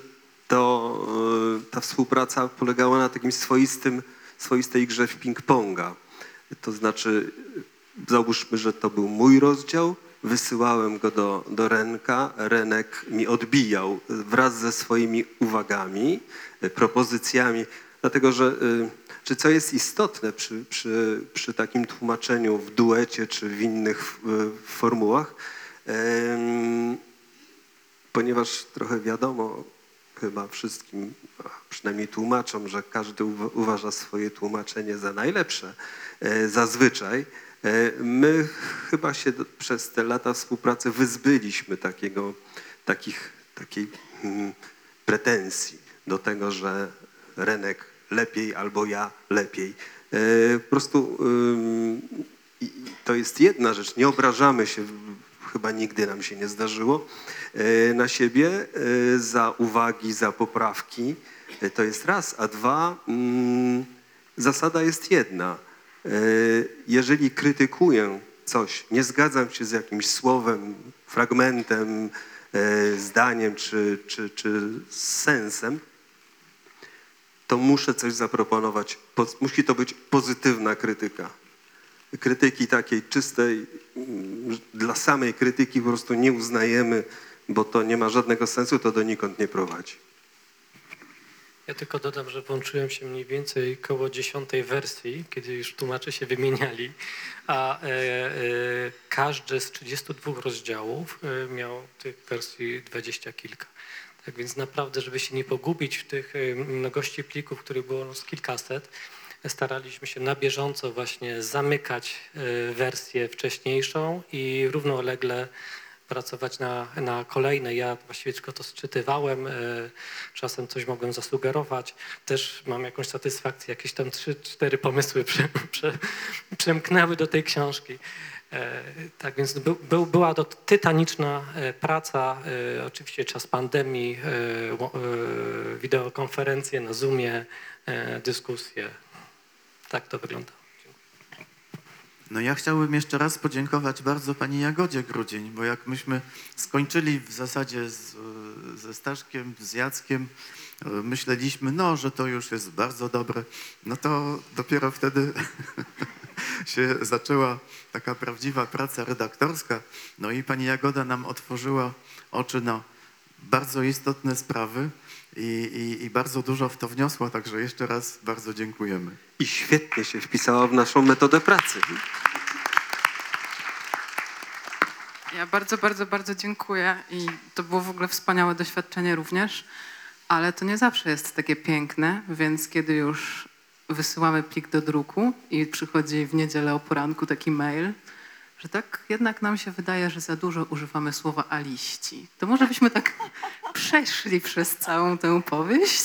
ta współpraca polegała na takim swoistej grze w ping-ponga. To znaczy, załóżmy, że to był mój rozdział, wysyłałem go do Renka, Renek mi odbijał wraz ze swoimi uwagami, propozycjami, dlatego że czy co jest istotne przy takim tłumaczeniu w duecie czy w innych formułach, ponieważ trochę wiadomo chyba wszystkim, przynajmniej tłumaczom, że każdy uważa swoje tłumaczenie za najlepsze zazwyczaj. My chyba się przez te lata współpracy wyzbyliśmy takiej pretensji do tego, że Renek lepiej albo ja lepiej. Po prostu to jest jedna rzecz, nie obrażamy się, chyba nigdy nam się nie zdarzyło, na siebie za uwagi, za poprawki. To jest raz, a dwa, zasada jest jedna. Jeżeli krytykuję coś, nie zgadzam się z jakimś słowem, fragmentem, zdaniem czy sensem, to muszę coś zaproponować. Musi to być pozytywna krytyka. Krytyki takiej czystej, dla samej krytyki po prostu nie uznajemy, bo to nie ma żadnego sensu, to donikąd nie prowadzi. Ja tylko dodam, że włączyłem się mniej więcej koło 10. wersji, kiedy już tłumacze się wymieniali, a każdy z 32 rozdziałów miał tych wersji 20 kilka. Tak więc naprawdę, żeby się nie pogubić w tych mnogości plików, których było nas kilkaset, staraliśmy się na bieżąco właśnie zamykać wersję wcześniejszą i równolegle pracować na kolejne. Ja właściwie tylko to sczytywałem, czasem coś mogłem zasugerować. Też mam jakąś satysfakcję, jakieś tam 3-4 pomysły przemknęły do tej książki. Tak więc była to tytaniczna praca, oczywiście czas pandemii, wideokonferencje na Zoomie, dyskusje. Tak to wygląda. No ja chciałbym jeszcze raz podziękować bardzo pani Jagodzie Grudzień, bo jak myśmy skończyli w zasadzie ze Staszkiem, z Jackiem, myśleliśmy, no, że to już jest bardzo dobre, no to dopiero wtedy się zaczęła taka prawdziwa praca redaktorska. No i pani Jagoda nam otworzyła oczy na bardzo istotne sprawy i bardzo dużo w to wniosła, także jeszcze raz bardzo dziękujemy. I świetnie się wpisała w naszą metodę pracy. Ja bardzo, bardzo, bardzo dziękuję i to było w ogóle wspaniałe doświadczenie również, ale to nie zawsze jest takie piękne, więc kiedy już wysyłamy plik do druku i przychodzi w niedzielę o poranku taki mail, że tak jednak nam się wydaje, że za dużo używamy słowa aliści. To może byśmy tak przeszli przez całą tę powieść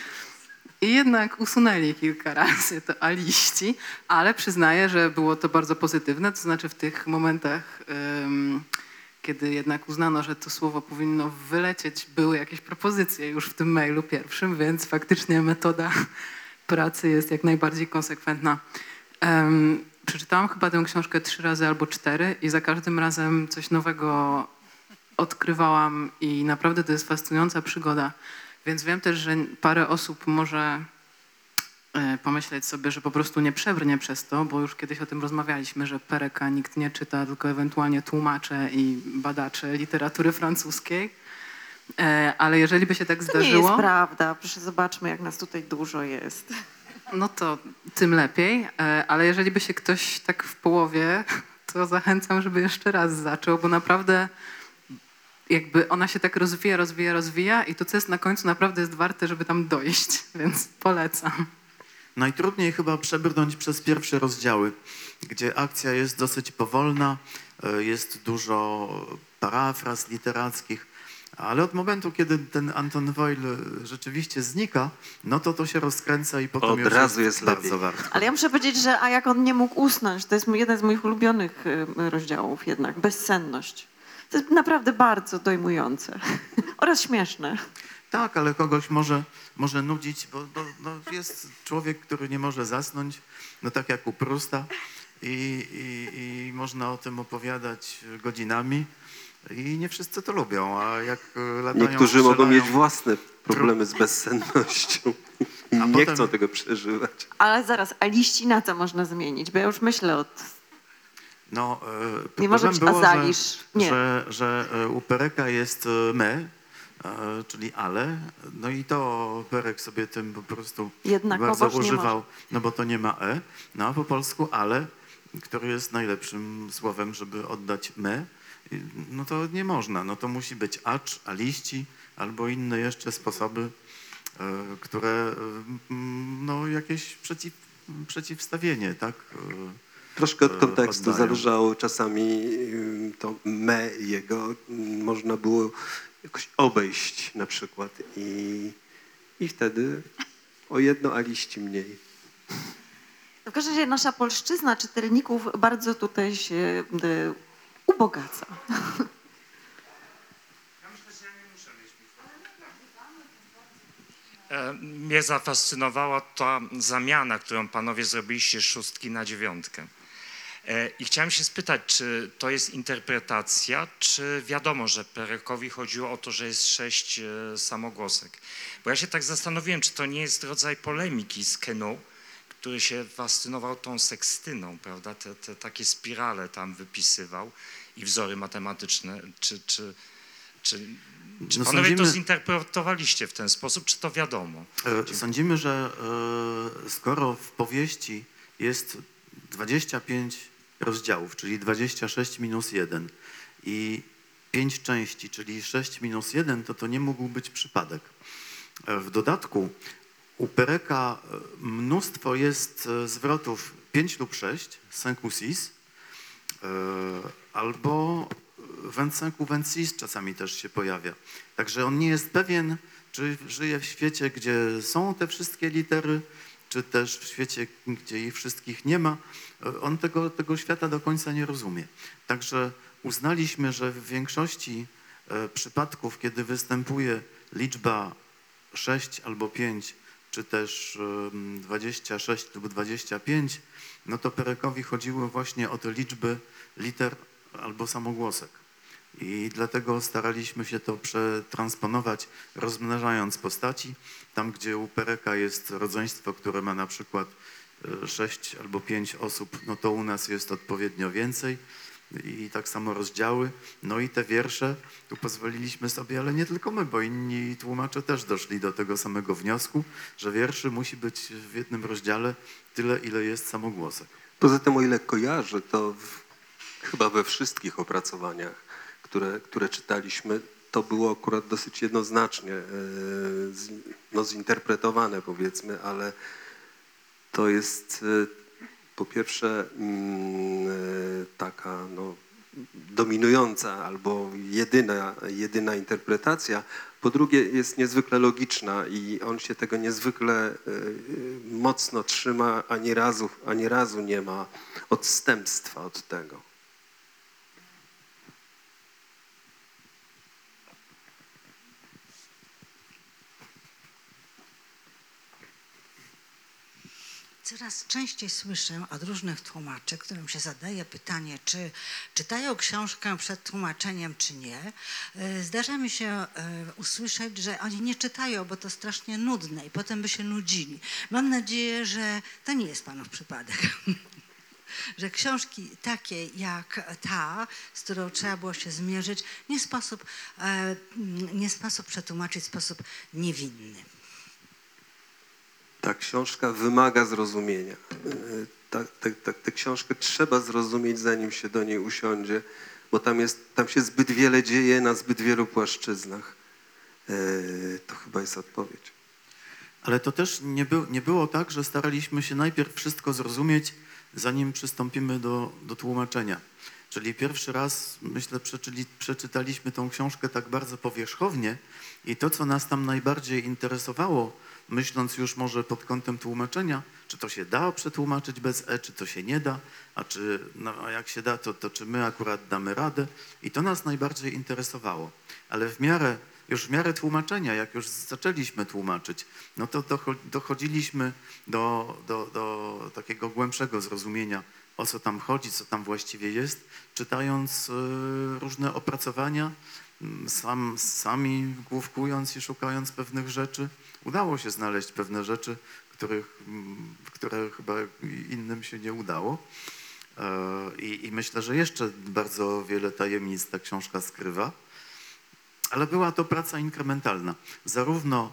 i jednak usunęli kilka razy to aliści, ale przyznaję, że było to bardzo pozytywne, to znaczy w tych momentach, kiedy jednak uznano, że to słowo powinno wylecieć, były jakieś propozycje już w tym mailu pierwszym, więc faktycznie metoda pracy jest jak najbardziej konsekwentna. Przeczytałam chyba tę książkę 3 razy albo 4 i za każdym razem coś nowego odkrywałam i naprawdę to jest fascynująca przygoda. Więc wiem też, że parę osób może pomyśleć sobie, że po prostu nie przebrnie przez to, bo już kiedyś o tym rozmawialiśmy, że Pereka nikt nie czyta, tylko ewentualnie tłumacze i badacze literatury francuskiej. Ale jeżeli by się tak zdarzyło... To nie jest prawda. Proszę, zobaczmy, jak nas tutaj dużo jest. No to tym lepiej, ale jeżeli by się ktoś tak w połowie, to zachęcam, żeby jeszcze raz zaczął, bo naprawdę jakby ona się tak rozwija i to, co jest na końcu, naprawdę jest warte, żeby tam dojść, więc polecam. Najtrudniej chyba przebrnąć przez pierwsze rozdziały, gdzie akcja jest dosyć powolna, jest dużo parafraz literackich, ale od momentu, kiedy ten Anton Doyle rzeczywiście znika, no to się rozkręca i potem Od już razu jest bardzo lepiej. warto. Ale ja muszę powiedzieć, że a jak on nie mógł usnąć, to jest jeden z moich ulubionych rozdziałów jednak, bezsenność. To jest naprawdę bardzo dojmujące oraz śmieszne. Tak, ale kogoś może nudzić, bo no, jest człowiek, który nie może zasnąć, no tak jak u Prusta i można o tym opowiadać godzinami i nie wszyscy to lubią, a jak latają... Niektórzy mogą strzelają- mieć własne problemy z bezsennością i A nie potem- chcą tego przeżywać. Ale zaraz, a liści na co można zmienić? Bo ja już myślę od... No, Nie może problem być było, azalisz. Nie. że u Pereka jest me, czyli ale, no i to Perek sobie tym po prostu Jednakowoż bardzo nie używał, może. no bo to nie ma e, no a po polsku ale, który jest najlepszym słowem, żeby oddać me, no to nie można, no to musi być acz, aliści, albo inne jeszcze sposoby, które no jakieś przeciwstawienie, tak? Troszkę od kontekstu oddają. zależało. Czasami to me jego można było jakoś obejść na przykład i wtedy o jedno aliści mniej. W każdym razie nasza polszczyzna czytelników bardzo tutaj się ubogaca. Mnie zafascynowała ta zamiana, którą panowie zrobiliście z 6 na 9. I chciałem się spytać, czy to jest interpretacja, czy wiadomo, że Perekowi chodziło o to, że jest 6 samogłosek. Bo ja się tak zastanowiłem, czy to nie jest rodzaj polemiki z Queneau, który się fascynował tą sekstyną, prawda? Te takie spirale tam wypisywał i wzory matematyczne. Czy Czy No panowie to zinterpretowaliście w ten sposób, czy to wiadomo? Sądzimy, że skoro w powieści jest 25 rozdziałów, czyli 26 minus 1 i 5 części, czyli 6 minus 1, to nie mógł być przypadek. W dodatku u Pereka mnóstwo jest zwrotów 5 lub 6, 5 ou 6, albo 25 ou 26 czasami też się pojawia. Także on nie jest pewien, czy żyje w świecie, gdzie są te wszystkie litery, czy też w świecie, gdzie ich wszystkich nie ma. On tego świata do końca nie rozumie. Także uznaliśmy, że w większości przypadków, kiedy występuje liczba 6 albo 5, czy też 26 lub 25, no to Perekowi chodziło właśnie o te liczby liter albo samogłosek. I dlatego staraliśmy się to przetransponować, rozmnażając postaci. Tam, gdzie u Pereka jest rodzeństwo, które ma na przykład 6 albo 5 osób, no to u nas jest odpowiednio więcej. I tak samo rozdziały. No i te wiersze, tu pozwoliliśmy sobie, ale nie tylko my, bo inni tłumacze też doszli do tego samego wniosku, że wierszy musi być w jednym rozdziale tyle, ile jest samogłosek. Poza tym, o ile kojarzę, to chyba we wszystkich opracowaniach, które czytaliśmy, to było akurat dosyć jednoznacznie zinterpretowane, powiedzmy, ale to jest po pierwsze taka dominująca albo jedyna interpretacja, po drugie jest niezwykle logiczna i on się tego niezwykle mocno trzyma, ani razu nie ma odstępstwa od tego. Coraz częściej słyszę od różnych tłumaczy, którym się zadaje pytanie, czy czytają książkę przed tłumaczeniem, czy nie. Zdarza mi się usłyszeć, że oni nie czytają, bo to strasznie nudne i potem by się nudzili. Mam nadzieję, że to nie jest panów przypadek. Że książki takie jak ta, z którą trzeba było się zmierzyć, nie sposób przetłumaczyć w sposób niewinny. Ta książka wymaga zrozumienia. Tę książkę trzeba zrozumieć, zanim się do niej usiądzie, bo tam się zbyt wiele dzieje na zbyt wielu płaszczyznach. To chyba jest odpowiedź. Ale to też nie było tak, że staraliśmy się najpierw wszystko zrozumieć, zanim przystąpimy do tłumaczenia. Czyli pierwszy raz, myślę, przeczytaliśmy tą książkę tak bardzo powierzchownie i to, co nas tam najbardziej interesowało, myśląc już może pod kątem tłumaczenia, czy to się da przetłumaczyć bez czy to się nie da, a jak się da, to czy my akurat damy radę. I to nas najbardziej interesowało. Ale w miarę tłumaczenia, jak już zaczęliśmy tłumaczyć, no to dochodziliśmy do takiego głębszego zrozumienia, o co tam chodzi, co tam właściwie jest, czytając różne opracowania, sami główkując i szukając pewnych rzeczy. Udało się znaleźć pewne rzeczy, które chyba innym się nie udało. I myślę, że jeszcze bardzo wiele tajemnic ta książka skrywa. Ale była to praca inkrementalna. Zarówno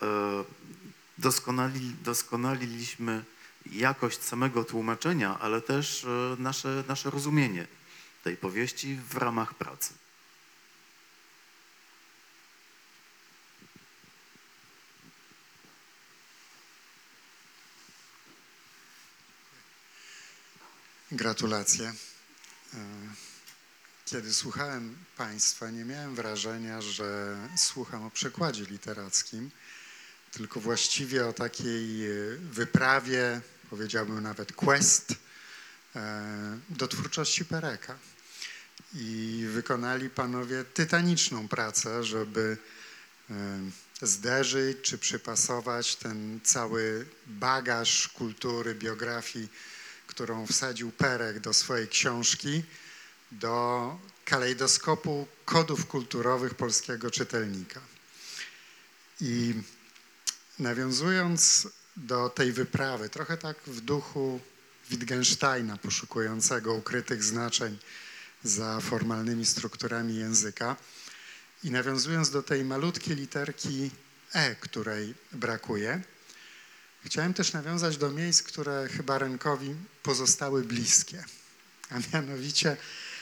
doskonaliliśmy jakość samego tłumaczenia, ale też nasze rozumienie tej powieści w ramach pracy. Gratulacje. Kiedy słuchałem Państwa, nie miałem wrażenia, że słucham o przekładzie literackim, tylko właściwie o takiej wyprawie, powiedziałbym nawet quest, do twórczości Pereka. I wykonali panowie tytaniczną pracę, żeby zderzyć czy przypasować ten cały bagaż kultury, biografii, którą wsadził Perek do swojej książki, do kalejdoskopu kodów kulturowych polskiego czytelnika. I nawiązując do tej wyprawy, trochę tak w duchu Wittgensteina, poszukującego ukrytych znaczeń za formalnymi strukturami języka, I nawiązując do tej malutkiej literki E, której brakuje, chciałem też nawiązać do miejsc, które chyba Rynkowi pozostały bliskie. A mianowicie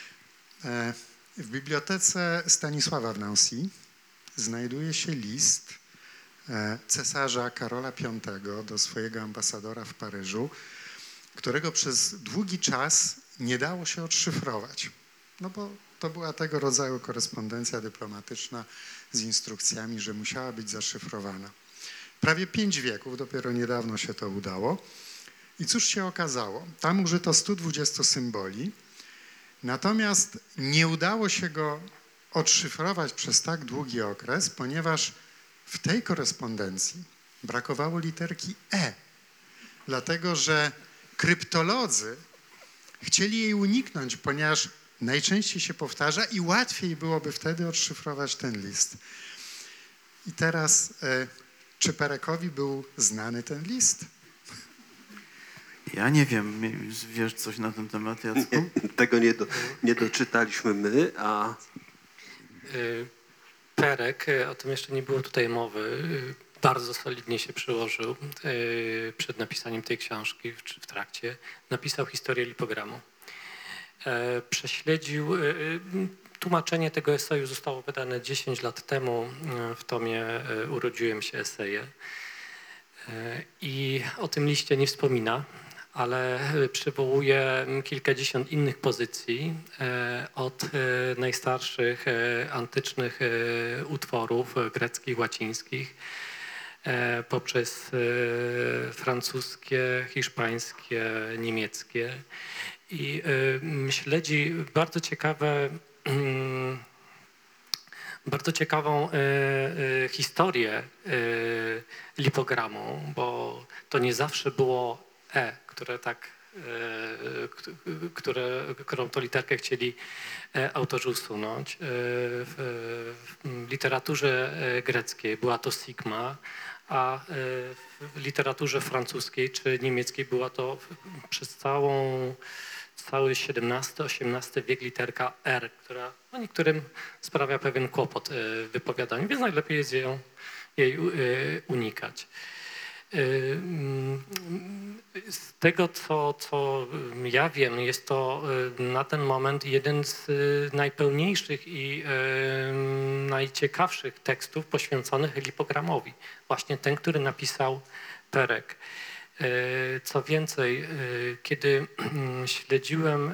w bibliotece Stanisława w Nancy znajduje się list cesarza Karola V do swojego ambasadora w Paryżu, którego przez długi czas nie dało się odszyfrować. No bo to była tego rodzaju korespondencja dyplomatyczna z instrukcjami, że musiała być zaszyfrowana. Prawie 5 wieków, dopiero niedawno się to udało. I cóż się okazało? Tam użyto 120 symboli, natomiast nie udało się go odszyfrować przez tak długi okres, ponieważ w tej korespondencji brakowało literki E, dlatego że kryptolodzy chcieli jej uniknąć, ponieważ najczęściej się powtarza i łatwiej byłoby wtedy odszyfrować ten list. I teraz, czy Perekowi był znany ten list? Ja nie wiem, wiesz coś na ten temat, Jacku? Tego nie doczytaliśmy my, a... Perek, o tym jeszcze nie było tutaj mowy, bardzo solidnie się przyłożył przed napisaniem tej książki, czy w trakcie. Napisał historię lipogramu. Prześledził, tłumaczenie tego eseju zostało wydane 10 lat temu w tomie Urodziłem się eseje. I o tym liście nie wspomina, ale przywołuje kilkadziesiąt innych pozycji od najstarszych antycznych utworów greckich, łacińskich, poprzez francuskie, hiszpańskie, niemieckie i śledzi bardzo ciekawą historię lipogramu, bo to nie zawsze było E, które tak, którą to literkę chcieli autorzy usunąć. W literaturze greckiej była to sigma, a w literaturze francuskiej czy niemieckiej była to przez cały XVII-XVIII wiek literka R, która no, niektórym sprawia pewien kłopot w wypowiadaniu, więc najlepiej jest jej unikać. Z tego, co ja wiem, jest to na ten moment jeden z najpełniejszych i najciekawszych tekstów poświęconych lipogramowi. Właśnie ten, który napisał Perek. Co więcej, kiedy śledziłem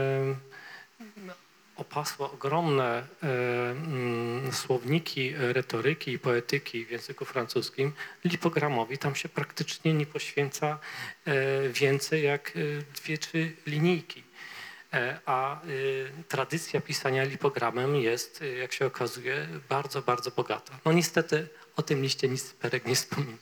opasłe ogromne słowniki retoryki i poetyki w języku francuskim, lipogramowi tam się praktycznie nie poświęca więcej jak 2-3 linijki. A tradycja pisania lipogramem jest, jak się okazuje, bardzo, bardzo bogata. No niestety o tym liście nic Perek nie wspomina.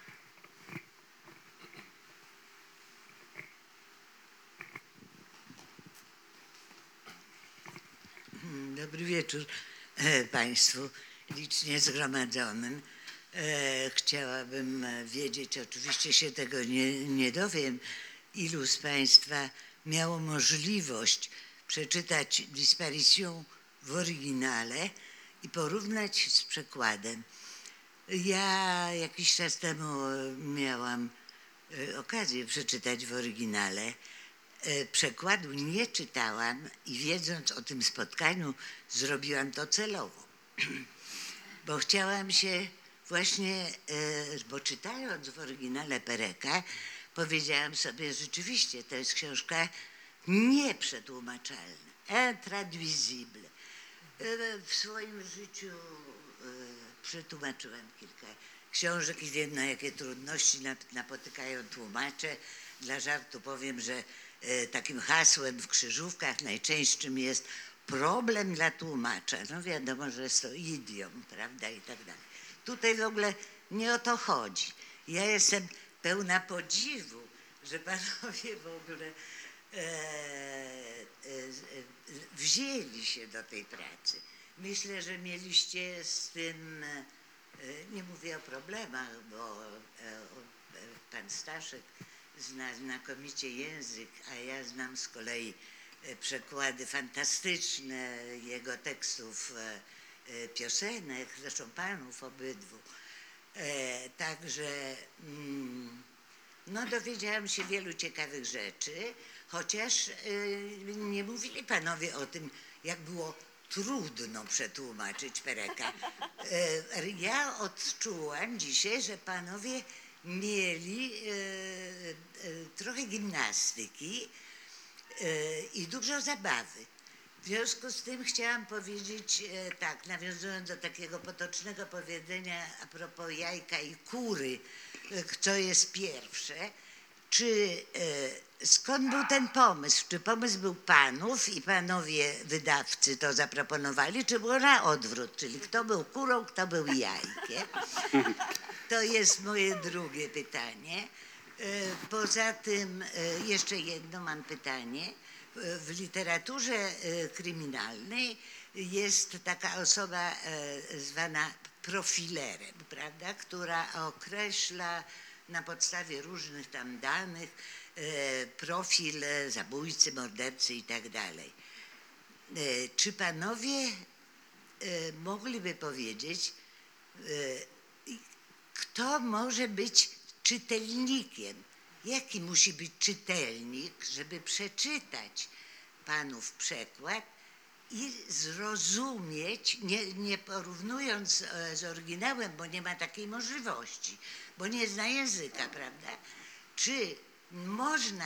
Dobry wieczór Państwu licznie zgromadzonym. Chciałabym wiedzieć, oczywiście się tego nie dowiem, ilu z Państwa miało możliwość przeczytać Disparition w oryginale i porównać z przekładem. Ja jakiś czas temu miałam okazję przeczytać w oryginale. Przekładu nie czytałam i wiedząc o tym spotkaniu zrobiłam to celowo, bo chciałam się właśnie, bo czytając w oryginale Pereka powiedziałam sobie, rzeczywiście to jest książka nieprzetłumaczalna, intraduisible. W swoim życiu przetłumaczyłam kilka książek i wiem, na jakie trudności napotykają tłumacze. Dla żartu powiem, że takim hasłem w krzyżówkach najczęstszym jest problem dla tłumacza. No wiadomo, że jest to idiom, prawda, i tak dalej. Tutaj w ogóle nie o to chodzi. Ja jestem pełna podziwu, że panowie w ogóle wzięli się do tej pracy. Myślę, że mieliście z tym, nie mówię o problemach, bo pan Staszek zna znakomicie język, a ja znam z kolei przekłady fantastyczne jego tekstów piosenek, zresztą panów obydwu. Także no, dowiedziałam się wielu ciekawych rzeczy, chociaż nie mówili panowie o tym, jak było trudno przetłumaczyć Pereka. Ja odczułam dzisiaj, że panowie mieli trochę gimnastyki i dużo zabawy. W związku z tym chciałam powiedzieć tak, nawiązując do takiego potocznego powiedzenia a propos jajka i kury, co jest pierwsze, skąd był ten pomysł? Czy pomysł był panów i panowie wydawcy to zaproponowali, czy było na odwrót? Czyli kto był kurą, kto był jajkiem? To jest moje drugie pytanie. Poza tym jeszcze jedno mam pytanie. W literaturze kryminalnej jest taka osoba zwana profilerem, prawda, która określa na podstawie różnych tam danych profil zabójcy, mordercy i tak dalej. Czy panowie mogliby powiedzieć, kto może być czytelnikiem? Jaki musi być czytelnik, żeby przeczytać panów przekład i zrozumieć, nie porównując z oryginałem, bo nie ma takiej możliwości, bo nie zna języka, prawda? Czy można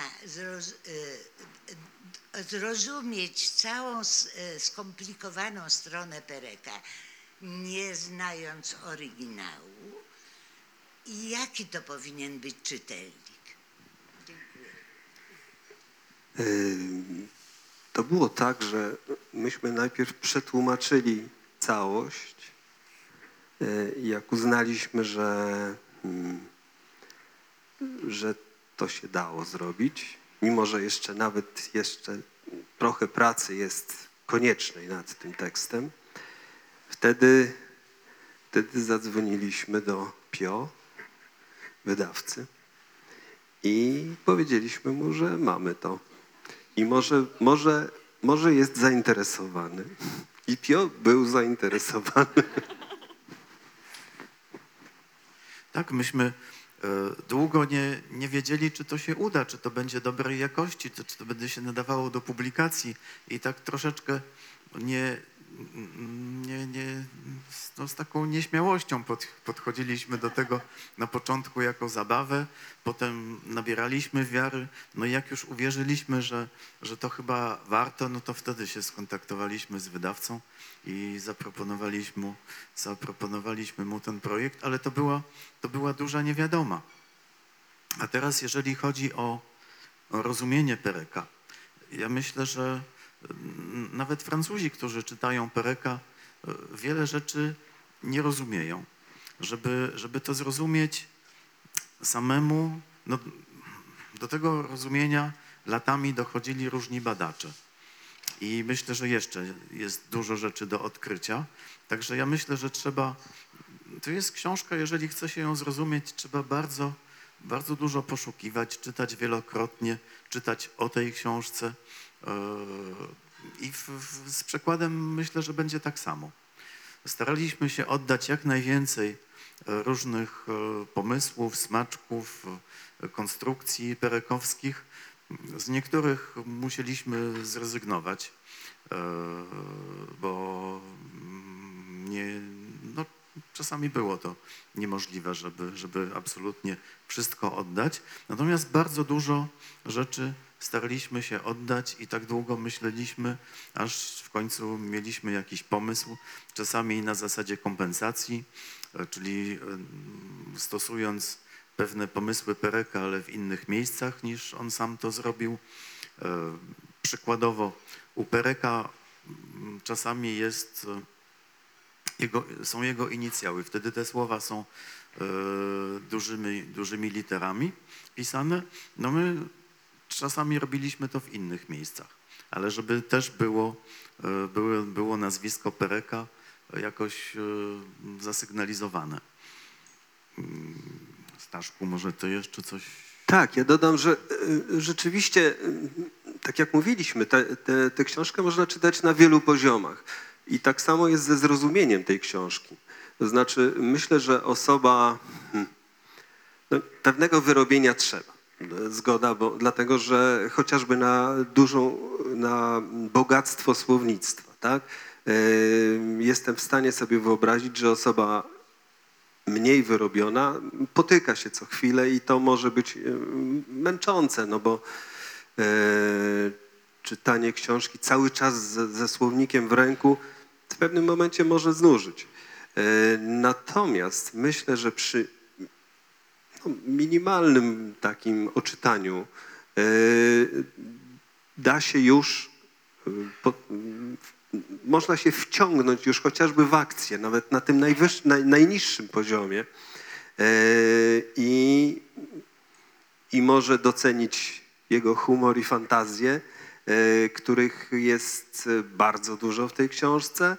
zrozumieć całą skomplikowaną stronę Pereka, nie znając oryginału? I jaki to powinien być czytelnik? To było tak, że myśmy najpierw przetłumaczyli całość i jak uznaliśmy, że to się dało zrobić, mimo że jeszcze trochę pracy jest koniecznej nad tym tekstem, wtedy zadzwoniliśmy do Pio, wydawcy, i powiedzieliśmy mu, że mamy to. I może jest zainteresowany. I Pio był zainteresowany. Tak, myśmy długo nie wiedzieli, czy to się uda, czy to będzie dobrej jakości, czy to będzie się nadawało do publikacji. I tak troszeczkę z taką nieśmiałością podchodziliśmy do tego na początku jako zabawę, potem nabieraliśmy wiary, no i jak już uwierzyliśmy, że to chyba warto, no to wtedy się skontaktowaliśmy z wydawcą i zaproponowaliśmy mu ten projekt, ale to była duża niewiadoma. A teraz jeżeli chodzi o rozumienie Pereka, ja myślę, że nawet Francuzi, którzy czytają Pereka, wiele rzeczy nie rozumieją. Żeby to zrozumieć samemu, no, do tego rozumienia latami dochodzili różni badacze. I myślę, że jeszcze jest dużo rzeczy do odkrycia. Także ja myślę, że to jest książka, jeżeli chce się ją zrozumieć, trzeba bardzo, bardzo dużo poszukiwać, czytać wielokrotnie, czytać o tej książce. I z przekładem myślę, że będzie tak samo. Staraliśmy się oddać jak najwięcej różnych pomysłów, smaczków, konstrukcji perekowskich. Z niektórych musieliśmy zrezygnować, bo czasami było to niemożliwe, żeby absolutnie wszystko oddać. Natomiast bardzo dużo rzeczy staraliśmy się oddać i tak długo myśleliśmy, aż w końcu mieliśmy jakiś pomysł, czasami na zasadzie kompensacji, czyli stosując pewne pomysły Pereka, ale w innych miejscach niż on sam to zrobił. Przykładowo u Pereka czasami są jego inicjały, wtedy te słowa są dużymi literami pisane. No my czasami robiliśmy to w innych miejscach, ale żeby też było nazwisko Pereka jakoś zasygnalizowane. Staszku, może to jeszcze coś? Tak, ja dodam, że rzeczywiście, tak jak mówiliśmy, tę książkę można czytać na wielu poziomach. I tak samo jest ze zrozumieniem tej książki. To znaczy, myślę, że osoba no, pewnego wyrobienia trzeba. Zgoda, dlatego że chociażby na bogactwo słownictwa, tak? Jestem w stanie sobie wyobrazić, że osoba mniej wyrobiona potyka się co chwilę i to może być męczące, no bo czytanie książki cały czas ze słownikiem w ręku w pewnym momencie może znużyć. Natomiast myślę, że przy minimalnym takim oczytaniu da się już, można się wciągnąć już chociażby w akcję, nawet na tym najniższym poziomie i może docenić jego humor i fantazję, których jest bardzo dużo w tej książce.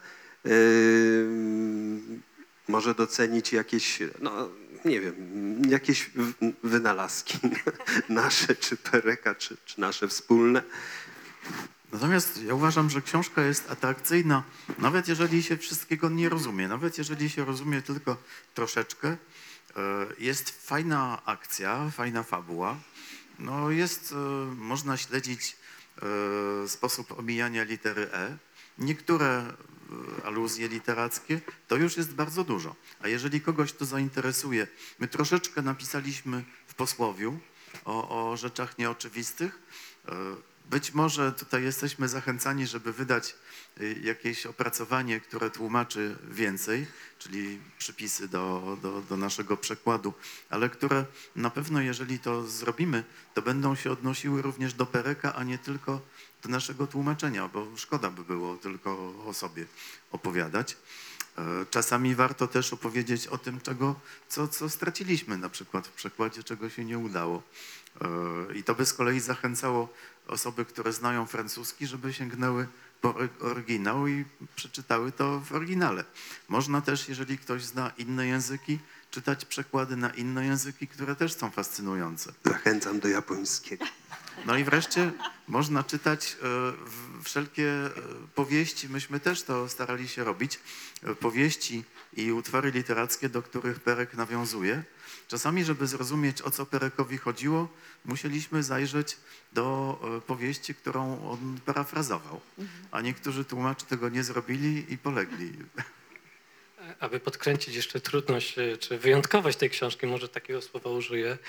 Może docenić jakieś, no nie wiem, jakieś wynalazki nasze, czy Pereka, czy nasze wspólne. Natomiast ja uważam, że książka jest atrakcyjna, nawet jeżeli się wszystkiego nie rozumie, nawet jeżeli się rozumie tylko troszeczkę. Jest fajna akcja, fajna fabuła. No jest, można śledzić sposób omijania litery E. Niektóre aluzje literackie, to już jest bardzo dużo. A jeżeli kogoś to zainteresuje, my troszeczkę napisaliśmy w posłowiu o rzeczach nieoczywistych. Być może tutaj jesteśmy zachęcani, żeby wydać jakieś opracowanie, które tłumaczy więcej, czyli przypisy do naszego przekładu, ale które na pewno, jeżeli to zrobimy, to będą się odnosiły również do Pereka, a nie tylko do naszego tłumaczenia, bo szkoda by było tylko o sobie opowiadać. Czasami warto też opowiedzieć o tym, co straciliśmy, na przykład w przekładzie, czego się nie udało. I to by z kolei zachęcało osoby, które znają francuski, żeby sięgnęły po oryginał i przeczytały to w oryginale. Można też, jeżeli ktoś zna inne języki, czytać przekłady na inne języki, które też są fascynujące. Zachęcam do japońskiego. No i wreszcie można czytać wszelkie powieści, myśmy też to starali się robić, powieści i utwory literackie, do których Perek nawiązuje. Czasami, żeby zrozumieć, o co Perekowi chodziło, musieliśmy zajrzeć do powieści, którą on parafrazował, a niektórzy tłumacze tego nie zrobili i polegli. Aby podkręcić jeszcze trudność czy wyjątkowość tej książki, może takiego słowa użyję,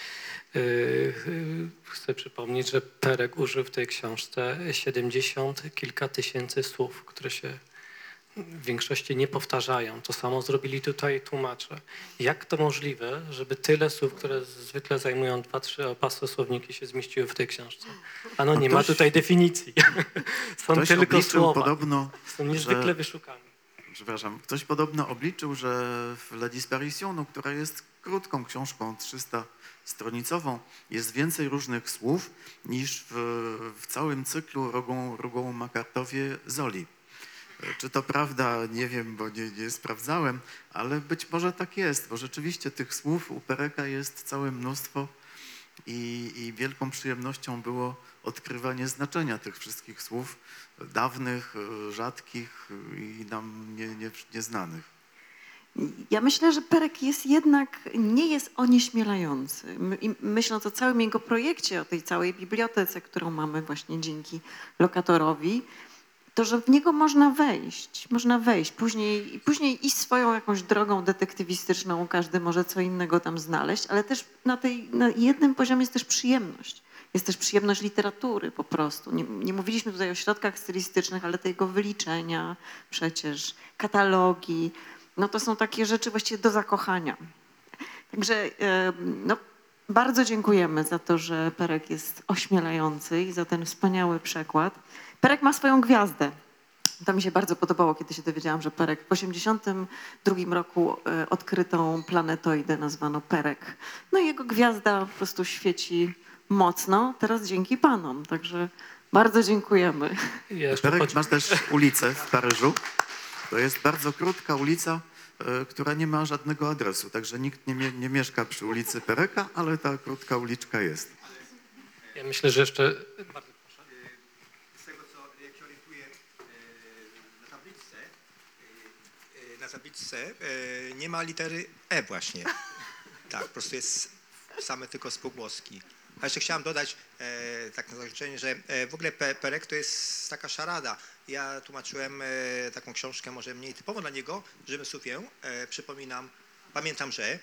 chcę przypomnieć, że Perek użył w tej książce 70 kilka tysięcy słów, które się w większości nie powtarzają. To samo zrobili tutaj tłumacze. Jak to możliwe, żeby tyle słów, które zwykle zajmują 2-3 opasłe słowniki, się zmieściły w tej książce? Ano nie ma tutaj definicji. Są tylko słowa. Podobno, są niezwykle wyszukane. Przepraszam, ktoś podobno obliczył, że w La Disparition, która jest krótką książką 300-stronicową, jest więcej różnych słów niż w całym cyklu Rugą Makartowie Zoli. Czy to prawda? Nie wiem, bo nie sprawdzałem, ale być może tak jest, bo rzeczywiście tych słów u Pereka jest całe mnóstwo i wielką przyjemnością było odkrywanie znaczenia tych wszystkich słów dawnych, rzadkich i nam nieznanych. Ja myślę, że Perek jest jednak, nie jest onieśmielający. Myśląc o całym jego projekcie, o tej całej bibliotece, którą mamy właśnie dzięki lokatorowi, to, że w niego można wejść, później iść swoją jakąś drogą detektywistyczną, każdy może co innego tam znaleźć, ale też na jednym poziomie jest też przyjemność. Jest też przyjemność literatury po prostu. Nie mówiliśmy tutaj o środkach stylistycznych, ale tego wyliczenia przecież, katalogi, no to są takie rzeczy właściwie do zakochania. Także no, bardzo dziękujemy za to, że Perek jest ośmielający i za ten wspaniały przekład. Perek ma swoją gwiazdę. To mi się bardzo podobało, kiedy się dowiedziałam, że Perek w 1982 roku odkrytą planetoidę nazwano Perek. No i jego gwiazda po prostu świeci mocno, teraz dzięki panom. Także bardzo dziękujemy. Perek ma też ulicę w Paryżu. To jest bardzo krótka ulica, która nie ma żadnego adresu. Także nikt nie mieszka przy ulicy Pereka, ale ta krótka uliczka jest. Ja myślę, że jeszcze... Z tego, co jak się orientuję na tabliczce, Na zabiczce nie ma litery E właśnie. Tak, po prostu jest same tylko spółgłoski. A jeszcze chciałem dodać tak na zakończenie, że w ogóle Perek to jest taka szarada. Ja tłumaczyłem taką książkę może mniej typową dla niego, Rzemysłowie, przypominam, pamiętam, że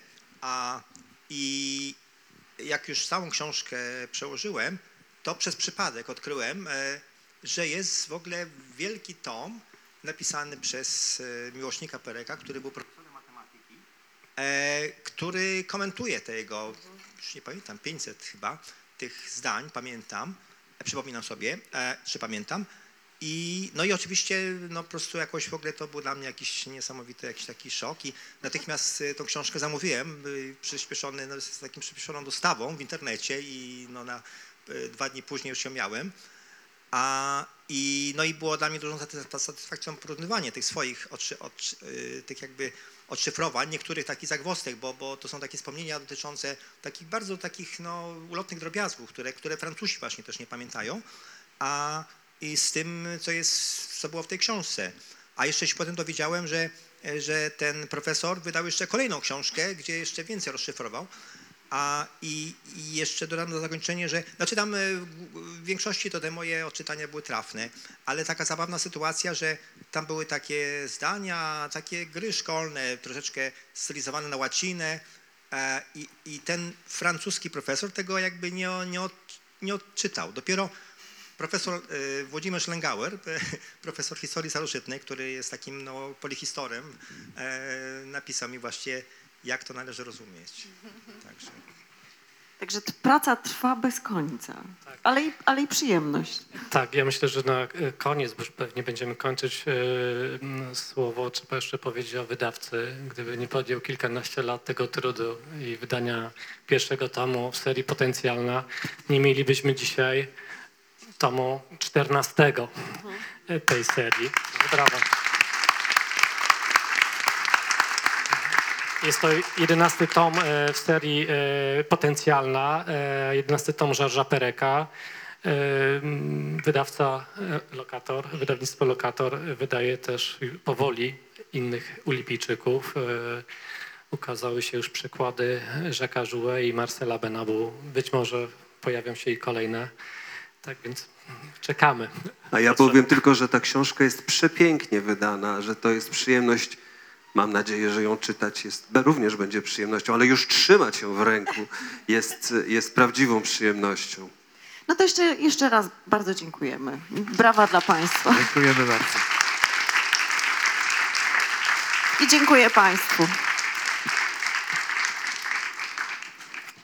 i jak już całą książkę przełożyłem, to przez przypadek odkryłem, że jest w ogóle wielki tom napisany przez miłośnika Pereka, który był profesorem matematyki, który komentuje te jego, już nie pamiętam, 500 chyba tych zdań, przypominam sobie, czy pamiętam. No i oczywiście no po prostu jakoś w ogóle to był dla mnie jakiś niesamowity jakiś taki szok i natychmiast tą książkę zamówiłem, z takim przyspieszoną dostawą w internecie i no na 2 dni później już ją miałem. No i było dla mnie dużą satysfakcją porównywanie tych swoich tych jakby odszyfrowań, niektórych takich zagwozdek, bo to są takie wspomnienia dotyczące takich bardzo takich no, ulotnych drobiazgów, które Francuzi właśnie też nie pamiętają, i z tym, co było w tej książce. A jeszcze się potem dowiedziałem, że ten profesor wydał jeszcze kolejną książkę, gdzie jeszcze więcej rozszyfrował. I jeszcze dodam na zakończenie, że znaczy tam w większości to te moje odczytania były trafne, ale taka zabawna sytuacja, że tam były takie zdania, takie gry szkolne, troszeczkę stylizowane na łacinę i ten francuski profesor tego jakby nie odczytał. Dopiero profesor Włodzimierz Lęgauer, profesor historii starożytnej, który jest takim no, polihistorem, napisał mi właśnie, jak to należy rozumieć. Także praca trwa bez końca, tak. ale i przyjemność. Tak, ja myślę, że na koniec, bo już pewnie będziemy kończyć, słowo trzeba jeszcze powiedzieć o wydawcy. Gdyby nie podjął kilkanaście lat tego trudu i wydania pierwszego tomu w serii Potencjalna, nie mielibyśmy dzisiaj tomu 14 tej serii. Brawo. Jest to 11 tom w serii Potencjalna, 11 tom Georgesa Pereka. Wydawca Lokator, wydawnictwo Lokator wydaje też powoli innych Ulipijczyków. Ukazały się już przykłady Jacques'a Jouet i Marcela Benabou. Być może pojawią się i kolejne. Tak więc czekamy. A ja powiem tylko, że ta książka jest przepięknie wydana, że to jest przyjemność. Mam nadzieję, że ją czytać również będzie przyjemnością, ale już trzymać ją w ręku jest prawdziwą przyjemnością. No to jeszcze raz bardzo dziękujemy. Brawa dla Państwa. Dziękujemy bardzo. I dziękuję Państwu.